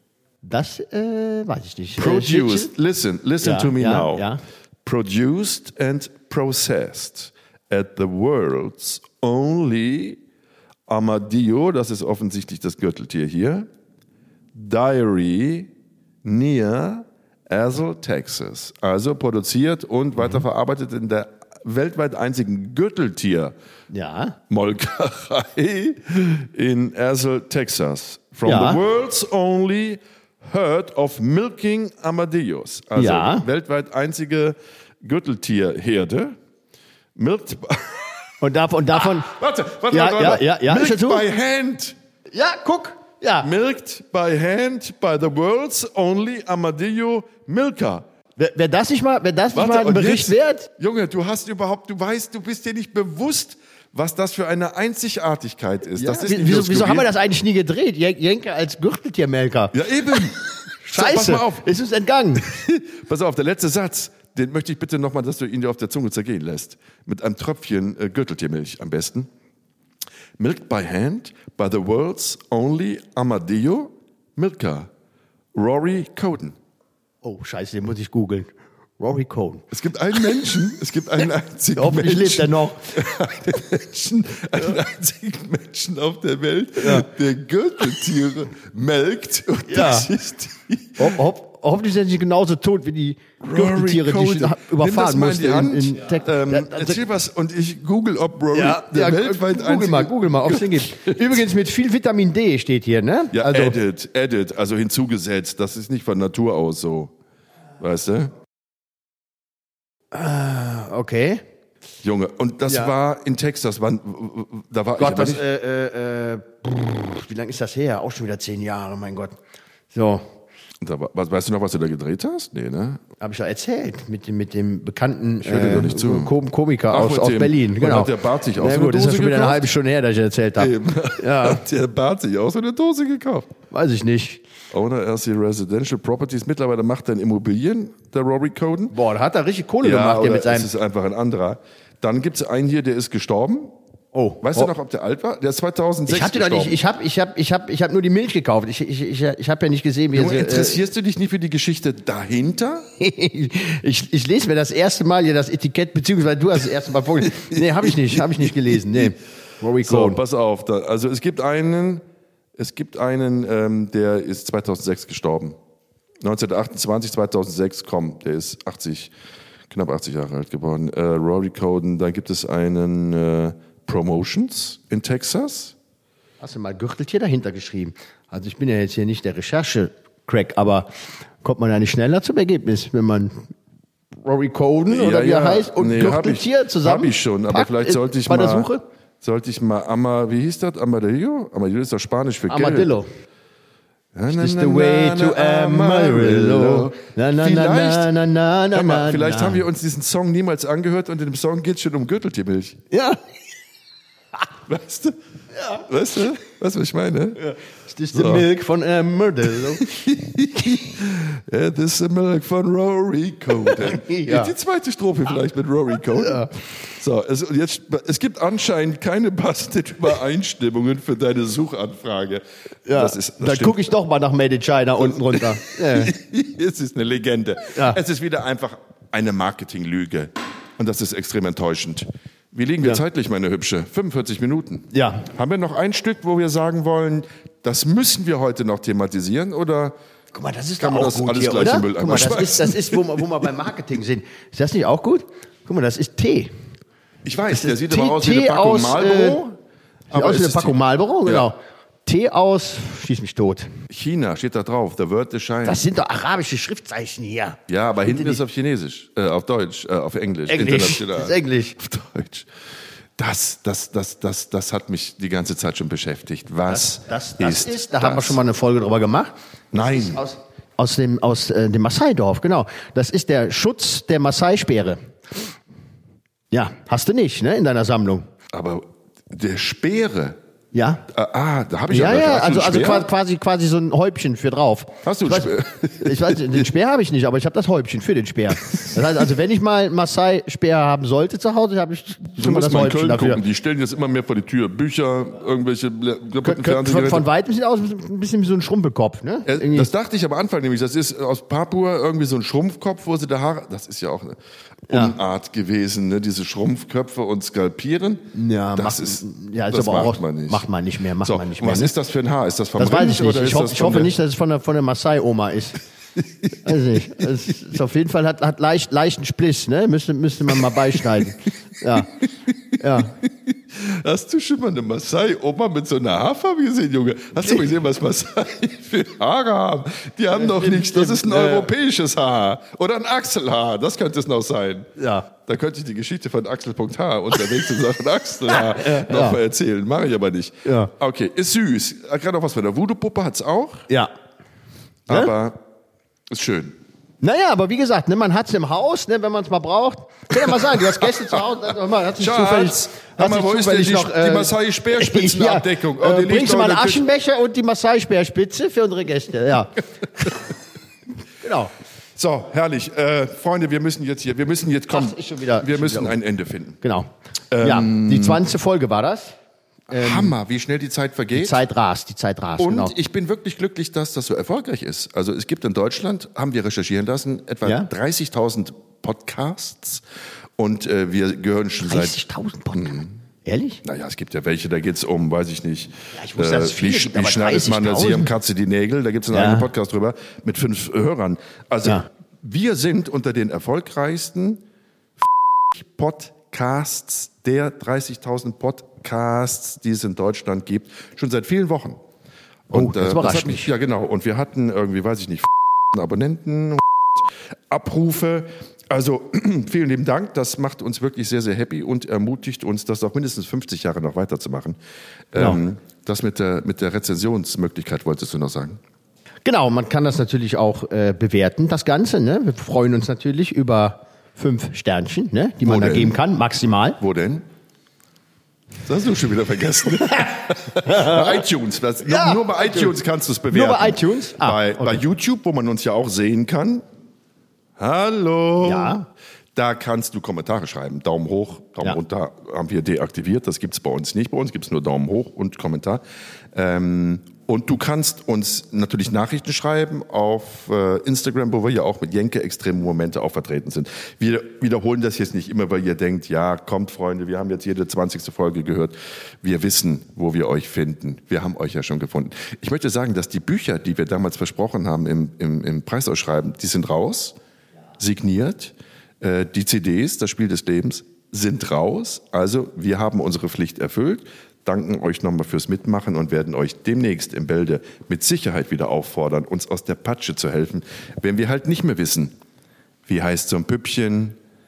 Das äh, weiß ich nicht. Produced, listen, listen Ja, to me ja, now. ja. Produced and processed at the world's only Armadillo, das ist offensichtlich das Gürteltier hier, Dairy near Azle, Texas. Also produziert und weiterverarbeitet in der weltweit einzigen Gürteltier-Molkerei Ja. in Azle, Texas. From Ja. the world's only herd of milking armadillos. Also Ja. weltweit einzige Gürteltierherde. Milked by, Und davon, und davon warte, warte, Ja, warte, ja, warte. ja, ja, ist Milked das so? by hand. ja, guck, ja. Milked by hand by the world's only armadillo milker. Wer, wer das nicht mal, wer das nicht Warte, mal einen und Bericht jetzt, wert? Junge, du hast überhaupt, du weißt, du bist dir nicht bewusst, was das für eine Einzigartigkeit ist. Ja, das ist wie- nicht wieso, nur wieso haben wir skurril. das eigentlich nie gedreht? Jen- Jenke als Gürteltiermelker. Ja, eben. So, pass Scheiße, mal auf. ist uns entgangen. Pass auf, der letzte Satz, den möchte ich bitte nochmal, dass du ihn dir auf der Zunge zergehen lässt. Mit einem Tröpfchen äh, Gürteltiermilch am besten. Milked by hand by the world's only armadillo milker, Rory Coden. Oh, scheiße, den muss ich googeln. Rory Cohn. Es gibt einen Menschen, es gibt einen einzigen Hoffentlich Menschen, lebt er noch. einen Menschen, einen einzigen Menschen auf der Welt, der Gürteltiere melkt. Und Ja. das ist die Ho ho hoffentlich sind sie genauso tot wie die Gürteltiere, die ich Coden. überfahren Nimm das musste. mal in In, die in Hand. Tex- ähm, Ja, also- erzähl was und ich google, ob Rory ja, der ja, weltweit google einzige... mal, google mal, ob es den gibt. Übrigens mit viel Vitamin D steht hier, ne? Ja, also, edit, edit, also hinzugesetzt. Das ist nicht von Natur aus so. Weißt du? okay. Junge, und das Ja. war in Texas. Wann, da war Gott, ich aber das, nicht, äh, äh, äh, brr, wie lange ist das her? Auch schon wieder zehn Jahre, mein Gott. So, da war, was, weißt du noch, was du da gedreht hast? Nee, ne? habe ich ja erzählt, mit dem, mit dem bekannten höre dir doch nicht zu. Kom Komiker Ach, aus, mit aus dem- Berlin. und Genau. hat der Bart sich auch Na so eine gut, das ist ja Dose schon wieder eine gekauft? halbe Stunde her, dass ich erzählt habe. Eben. Ja. Hat der Bart sich auch so eine Dose gekauft. Weiß ich nicht. Owner R C Residential Properties. Mittlerweile macht er in Immobilien, der Rory Coden. Boah, da hat er richtig Kohle Ja, gemacht hier oder mit seinem. es ist einfach ein anderer. Dann gibt es einen hier, der ist gestorben. Oh, Weißt oh. du noch, ob der alt war? Der ist zweitausendsechs Ich hab dir doch gestorben. nicht, ich hab, ich hab, ich hab, ich hab nur die Milch gekauft. Ich, ich, ich, ich hab ja nicht gesehen, wie Junge, er interessierst du dich nicht für die Geschichte dahinter? ich, ich lese mir das erste Mal hier das Etikett, beziehungsweise du hast das erste Mal vorgelesen. Nee, habe ich nicht, habe ich nicht gelesen. Nee. Rory So, Cohn. pass auf. Da, also es gibt einen, es gibt einen, ähm, der ist zweitausendsechs gestorben. neunzehnhundertachtundzwanzig, zweitausendsechs, komm, der ist achtzig, knapp achtzig Jahre alt geworden. Äh, Rory Coden. Dann gibt es einen äh, Promotions in Texas. Hast du mal Gürteltier dahinter geschrieben? Also ich bin ja jetzt hier nicht der Recherche-Crack, aber kommt man da nicht schneller zum Ergebnis, wenn man Rory Coden oder wie er heißt und Nee, hab Gürteltier ich, zusammen Hab ich schon, aber packt vielleicht in- sollte ich bei mal... der Suche? Sollte ich mal, Ama, wie hieß das? Amadillo? Amadillo ist doch Spanisch für Armadillo. Geld. Is the way to Amarillo. Na, na, na, Vielleicht, na, na, na, na, hör mal, na, vielleicht na. haben wir uns diesen Song niemals angehört und in dem Song geht es schon um Gürteltiermilch. Ja. Weißt du? Ja. Weißt du? Weißt du, was ich meine? Ja. Is this the milk von Amarillo? Yeah, this is the milk von Rory Coden. Ja. Die zweite Strophe vielleicht mit Rory Coden. Ja. So, es, und jetzt, es gibt anscheinend keine passenden Übereinstimmungen für deine Suchanfrage. Ja, das ist, das dann stimmt. gucke ich doch mal nach Made in China unten runter. Ja. Es ist eine Legende. Ja. Es ist wieder einfach eine Marketinglüge. Und das ist extrem enttäuschend. Wie liegen wir Ja. zeitlich, meine Hübsche? fünfundvierzig Minuten. Ja. Haben wir noch ein Stück, wo wir sagen wollen, das müssen wir heute noch thematisieren? Oder Guck mal, das ist Kann doch man auch das gut alles hier, gleich oder? in den Mülleimer Guck mal, das schmeißen? ist, das ist wo, wir, wo wir beim Marketing sind. Ist das nicht auch gut? Guck mal, das ist Tee. ich weiß, der sieht Tee, aber aus wie Tee eine Packung aus, Marlboro. Äh, aber aus es wie eine ist Packung Tee. Marlboro, Ja. genau. Tee aus, schieß mich tot. China steht da drauf, the word is shine. Das sind doch arabische Schriftzeichen hier. Ja, aber hinten die- ist auf Chinesisch, äh, auf Deutsch, äh, auf Englisch. Englisch. international. Das ist Englisch. Auf Deutsch. Das, das, das, das, das hat mich die ganze Zeit schon beschäftigt. Was Das, das ist, ist, da das? haben wir schon mal eine Folge drüber gemacht. Nein. Aus, aus dem, aus äh, dem Maasai-Dorf, genau. Das ist der Schutz der Maasai-Speere. Ja, hast du nicht, ne, in deiner Sammlung. Aber der Speere, Ja. Ah, ah, da habe ich Ja, ja, ja, Hast du also, einen also Speer? quasi, quasi, quasi so ein Häubchen für drauf. Hast du ich einen weiß, ich weiß, den Speer habe ich nicht, aber ich habe das Häubchen für den Speer. Das heißt, also wenn ich mal einen Maasai-Speer haben sollte zu Hause, habe ich Du schon mal musst das mal in Häubchen Köln dafür. gucken, die stellen jetzt immer mehr vor die Tür. Bücher, irgendwelche le- kaputten Kön- Von, Fernsehgeräte. von weitem sieht aus ein bisschen wie so ein Schrumpelkopf, ne? Äh, Irgendwie- Das dachte ich am Anfang nämlich, das ist aus Papua irgendwie so ein Schrumpfkopf, wo sie da Haare, das ist ja auch eine Ja. Unart gewesen, ne? Diese Schrumpfköpfe und Skalpieren. Ja, das macht- ist, ja, ist das aber macht auch- man nicht. macht man nicht mehr, macht so, man nicht und mehr, Was ne? ist das für ein Haar? Ist das vom Das weiß ich Rind nicht. oder Ich, ist hoff, das ich von hoffe der- nicht, dass es von der, von der Maasai-Oma ist. Weiß nicht. Es ist auf jeden Fall hat, hat leicht, leichten Spliss, ne? Müsste, müsste man mal beischneiden. Ja. Ja. Hast du schon mal eine Maasai-Oma mit so einer Haarfarbe gesehen, Junge? Hast du mal gesehen, was Maasai für Haare haben? Die haben doch stimmt, nichts. Das ist ein stimmt. europäisches Haar. Oder ein Achselhaar. Das könnte es noch sein. Ja. Da könnte ich die Geschichte von Axel.H. unterwegs in Sachen Achselhaar noch Ja. mal erzählen. Mache ich aber nicht. Ja. Okay, ist süß. Gerade noch was von der Voodoo-Puppe hat's auch. Ja. Ne? Aber ist schön. Naja, aber wie gesagt, ne, man hat es im Haus, ne, wenn man es mal braucht. Kann ja mal sagen, du hast Gäste zu Hause, also, mal, hat sich Schatz, zufällig, hör hat mal, sich wo ist zufällig denn die- noch, die Maasai-Speerspitzenabdeckung? Ja, Oh, die äh, liegt bringst du doch mal in einen der Küche. Aschenbecher und die Maasai-Speerspitze für unsere Gäste, ja. Genau. So, herrlich. Äh, Freunde, wir müssen jetzt hier, wir müssen jetzt kommen. Ach, ist schon wieder- wir ist schon müssen wieder ein Ende finden. Genau. ja, die zwanzigste Folge war das. Hammer, wie schnell die Zeit vergeht. Die Zeit rast, die Zeit rast, Und genau. ich bin wirklich glücklich, dass das so erfolgreich ist. Also es gibt in Deutschland, haben wir recherchieren lassen, etwa Ja? dreißigtausend Podcasts. Und äh, wir gehören schon seit... dreißigtausend Podcasts. Ehrlich? Naja, es gibt ja welche, da geht's um, weiß ich nicht, Ja, ich wusste, dass es äh, viele wie, gibt, wie aber schneidet man der dreißigtausend? Siamkatze die Nägel? Da gibt's einen Ja. eigenen Podcast drüber mit fünf äh, Hörern. Also Ja. wir sind unter den erfolgreichsten Podcasts der dreißigtausend Podcasts, die es in Deutschland gibt, schon seit vielen Wochen. Oh, das überrascht hat mich, mich. ja genau. Und wir hatten irgendwie, weiß ich nicht, Abonnenten, Abrufe. Also vielen lieben Dank, das macht uns wirklich sehr, sehr happy und ermutigt uns, das auch mindestens fünfzig Jahre noch weiterzumachen. Genau. Ähm, das mit der, mit der Rezensionsmöglichkeit wolltest du noch sagen? Genau, man kann das natürlich auch äh, bewerten, das Ganze. Ne? Wir freuen uns natürlich über fünf Sternchen, ne? die man Wo da denn? geben kann, maximal. Wo denn? Das hast du schon wieder vergessen. Bei iTunes. Das, Ja, nur, nur bei iTunes kannst du es bewerten. Nur bei iTunes? Ah, bei, okay. bei YouTube, wo man uns ja auch sehen kann. Hallo. Ja. Da kannst du Kommentare schreiben. Daumen hoch, Daumen Ja. runter haben wir deaktiviert. Das gibt's bei uns nicht. Bei uns gibt's nur Daumen hoch und Kommentar. Ähm, und du kannst uns natürlich Nachrichten schreiben auf äh, Instagram, wo wir ja auch mit Jenke extreme Momente auch vertreten sind. Wir wiederholen das jetzt nicht immer, weil ihr denkt, ja, kommt Freunde, wir haben jetzt jede zwanzigste Folge gehört. Wir wissen, wo wir euch finden. Wir haben euch ja schon gefunden. Ich möchte sagen, dass die Bücher, die wir damals versprochen haben im, im, im Preisausschreiben, die sind raus, signiert. Äh, die C Ds, das Spiel des Lebens, sind raus. Also wir haben unsere Pflicht erfüllt. Danken euch nochmal fürs Mitmachen und werden euch demnächst im Bälde mit Sicherheit wieder auffordern, uns aus der Patsche zu helfen, wenn wir halt nicht mehr wissen, wie heißt so ein Püppchen,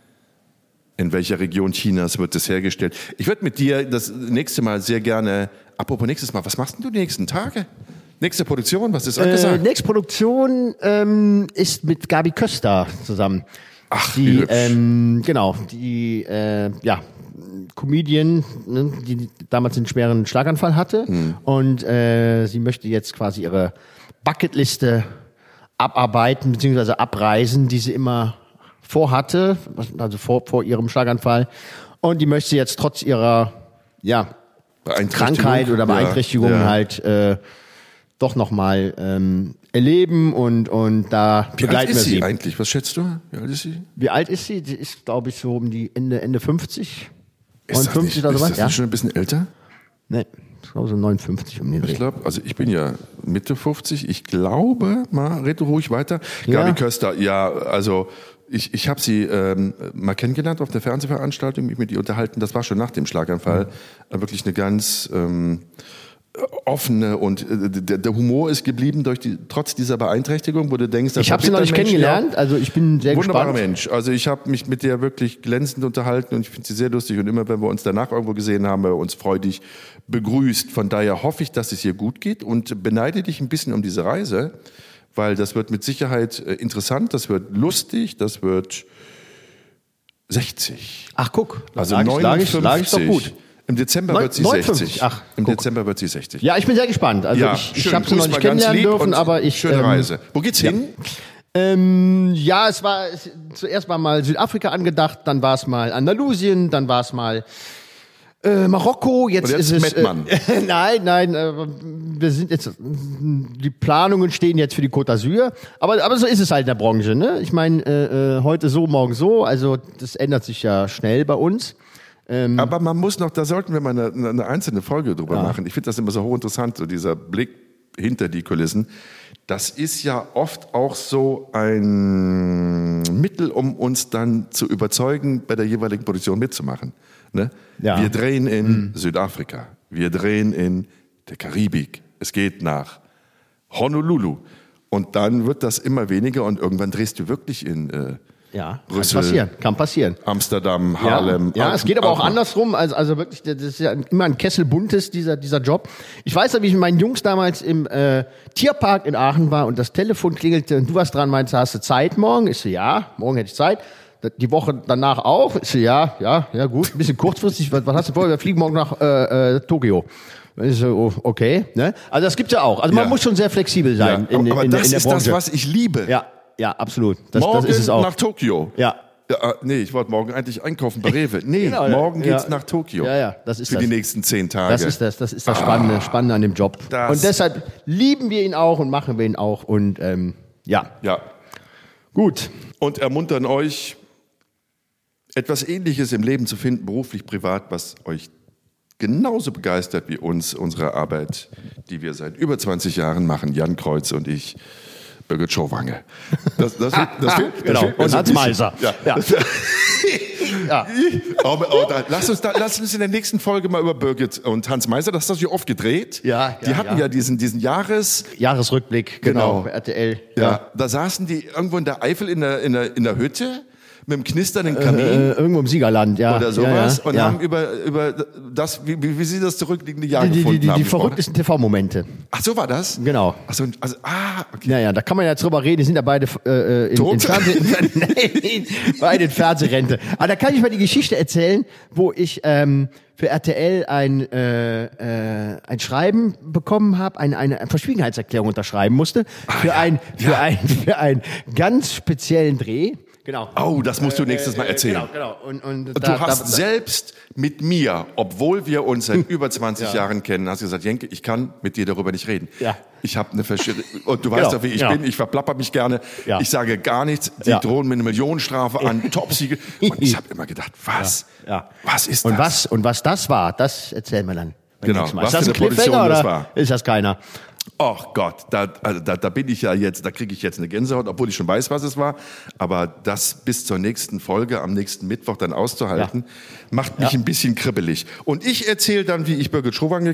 in welcher Region Chinas wird es hergestellt. Ich würde mit dir das nächste Mal sehr gerne, apropos nächstes Mal, was machst denn du die nächsten Tage? Nächste Produktion, was ist Äh, angesagt? nächste Produktion ähm, ist mit Gabi Köster zusammen. Ach, wie die, hübsch. ähm, genau, die, äh, ja, Comedian, ne, die damals einen schweren Schlaganfall hatte. Hm. Und äh, sie möchte jetzt quasi ihre Bucketliste abarbeiten bzw. abreisen, die sie immer vorhatte, also vor, vor ihrem Schlaganfall. Und die möchte jetzt trotz ihrer ja, Beeinträchtigung? Krankheit oder Ja, Beeinträchtigung ja. halt äh, doch nochmal ähm, erleben und, und da Wie alt begleiten wir ist sie sie. eigentlich? Was schätzt du? Wie alt ist sie? Wie alt ist sie? Sie ist, glaube ich, so um die Ende, Ende fünfzig. Ist das nicht, neunundfünfzig oder ist sowas? das Ja. nicht schon ein bisschen älter? Nee, ich glaube so neunundfünfzig um den Dreh. Ich glaube, also ich bin ja Mitte fünfzig. Ich glaube, mal, red du ruhig weiter. Ja. Gabi Köster, ja, also ich, ich habe sie ähm, mal kennengelernt auf der Fernsehveranstaltung, mich mit ihr unterhalten. Das war schon nach dem Schlaganfall. Äh, wirklich eine ganz ähm, offene und äh, der, der Humor ist geblieben durch die, trotz dieser Beeinträchtigung, wo du denkst, das Ich habe sie noch nicht Mensch, kennengelernt, also ich bin sehr Wunderbarer gespannt. Mensch. Also ich habe mich mit der wirklich glänzend unterhalten und ich finde sie sehr lustig. Und immer, wenn wir uns danach irgendwo gesehen haben, haben wir uns freudig begrüßt. Von daher hoffe ich, dass es ihr gut geht und beneide dich ein bisschen um diese Reise, weil das wird mit Sicherheit äh, interessant, das wird lustig, das wird sechzig. Ach guck, Also lag ich, lag ich, lag ich doch neunundfünfzig. gut. Im Dezember Neun- wird sie neunundfünfzig. sechzig. Ach, Im guck. Dezember wird sie sechzig. Ja, ich bin sehr gespannt. Also Ja, ich, ich schön. habe sie noch Grüß nicht mal ganz kennenlernen lieb dürfen, und aber ich... schöne ähm, Reise. Wo geht's hin? Ähm, ja, es war es, zuerst mal, mal Südafrika angedacht, dann war es mal Andalusien, dann war es mal äh, Marokko, jetzt, Und jetzt ist es... Mettmann. Äh, nein, nein, äh, wir sind jetzt... Die Planungen stehen jetzt für die Côte d'Azur, aber, aber so ist es halt in der Branche, ne? Ich meine, äh, äh, heute so, morgen so, also das ändert sich ja schnell bei uns. Ähm, Aber man muss noch, da sollten wir mal eine, eine einzelne Folge drüber ja. machen. Ich finde das immer so hochinteressant, so dieser Blick hinter die Kulissen. Das ist ja oft auch so ein Mittel, um uns dann zu überzeugen, bei der jeweiligen Produktion mitzumachen. Ne? Ja. Wir drehen in mhm. Südafrika, wir drehen in der Karibik, es geht nach Honolulu. Und dann wird das immer weniger und irgendwann drehst du wirklich in äh, Ja, Brüssel, kann passieren, kann passieren. Amsterdam, Harlem. Ja, ja, es geht aber auch Alkmaar. andersrum. Also, also wirklich, das ist ja immer ein Kessel buntes, dieser, dieser Job. Ich weiß ja, wie ich mit meinen Jungs damals im äh, Tierpark in Aachen war und das Telefon klingelte und du warst dran, meinst, hast du Zeit morgen? Ich so, ja, morgen hätte ich Zeit. Die Woche danach auch? Ich so, ja, ja, ja gut, ein bisschen kurzfristig. Was, was hast du vor? Wir fliegen morgen nach äh, äh, Tokio. Ich so, okay, ne? Also das gibt's ja auch. Also man Ja. muss schon sehr flexibel sein Ja, in, in, aber in, das in der ist das, Branche. was ich liebe. Ja, ja, absolut. Das, morgen das ist es auch. nach Tokio. Ja. Ja, äh, nee, ich wollte morgen eigentlich einkaufen bei Rewe. Nee, Genau, morgen ja. geht's nach Tokio. Ja, ja, das ist Für das. die nächsten zehn Tage. Das ist das, das ist das Spannende, Spannende an dem Job. Das- Und deshalb lieben wir ihn auch und machen wir ihn auch. Und ähm, ja, Ja. gut. Und ermuntern euch, etwas Ähnliches im Leben zu finden, beruflich, privat, was euch genauso begeistert wie uns, unsere Arbeit, die wir seit über zwanzig Jahren machen, Jan Kreuz und ich, Birgit Schauwange. Das, das, das, das, das, Genau. fehlt mir Und so ein Hans bisschen. Meiser. Ja. Ja. Ja. Aber, aber da, lass, uns da, lass uns in der nächsten Folge mal über Birgit und Hans Meiser, das hast du ja oft gedreht. Ja, Die ja, hatten ja. ja diesen, diesen Jahres... Jahresrückblick, Genau. genau, bei R T L. Ja. Da saßen die irgendwo in der Eifel in der, in der, in der Hütte mit dem knisternden Kamin. Äh, irgendwo im Siegerland, ja. Oder sowas ja, ja, und ja. haben über, über das, wie, wie, wie sie das zurückliegende Jahr die, die, gefunden die, die, haben. die gesprochen. verrücktesten T V-Momente. Ach, so war das? Genau. Ach so, also, ah, okay. Ja, ja, da kann man ja jetzt drüber reden. Die sind ja beide äh, in, Tot? in Fernseh Nein, beide in Fernsehrente. Aber da kann ich mal die Geschichte erzählen, wo ich ähm, für R T L ein äh, äh, ein Schreiben bekommen habe, eine, eine Verschwiegenheitserklärung unterschreiben musste für ein für ein für einen ganz speziellen Dreh. Genau. Oh, das musst du nächstes Mal erzählen. Genau, genau. Und, und Du da, hast da, selbst mit mir, obwohl wir uns seit über zwanzig Jahren kennen, hast du gesagt, Jenke, ich kann mit dir darüber nicht reden. Ja. Ich habe eine verschiedene, und du weißt Genau, doch, wie ich genau. bin, ich verplapper mich gerne, Ja. ich sage gar nichts, die Ja. drohen mir eine Millionenstrafe an, Top-Siege. Und ich habe immer gedacht, was? Ja. Was ist und das? was und was das war, das erzählen wir dann. beim Genau, nächsten Mal. was Ist das für ein eine Produktion Cliffhanger das oder war. ist das keiner? Ach Gott, da, also da, da bin ich ja jetzt, da kriege ich jetzt eine Gänsehaut, obwohl ich schon weiß, was es war. Aber das bis zur nächsten Folge, am nächsten Mittwoch dann auszuhalten, macht mich Ja. ein bisschen kribbelig. Und ich erzähle dann, wie ich Birgit Schauwange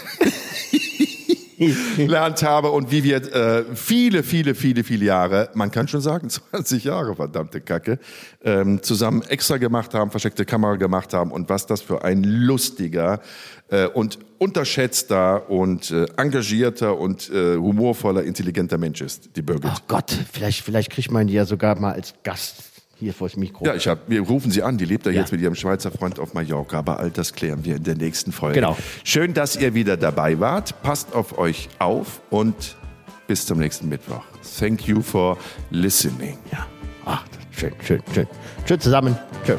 gelernt habe und wie wir äh, viele, viele, viele, viele Jahre, man kann schon sagen zwanzig Jahre, verdammte Kacke, ähm, zusammen extra gemacht haben, versteckte Kamera gemacht haben und was das für ein lustiger äh, und unterschätzter und äh, engagierter und äh, humorvoller, intelligenter Mensch ist, die Birgit. Ach Gott, vielleicht, vielleicht kriegt man die ja sogar mal als Gast hier vors Mikro. Ja, ich hab, wir rufen sie an, die lebt ja Ja. jetzt mit ihrem Schweizer Freund auf Mallorca, aber all das klären wir in der nächsten Folge. Genau. Schön, dass ihr wieder dabei wart. Passt auf euch auf und bis zum nächsten Mittwoch. Thank you for listening. Ja. Ach, schön, schön, schön. Schön zusammen. Schön.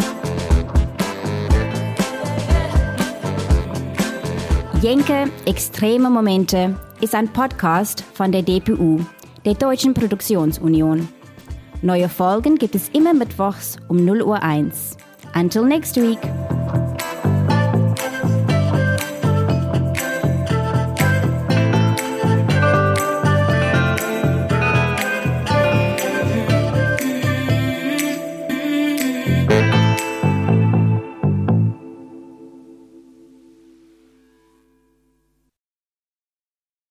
Jenke Extreme Momente ist ein Podcast von der D P U, der Deutschen Produktionsunion. Neue Folgen gibt es immer mittwochs um null Uhr eins. Until next week.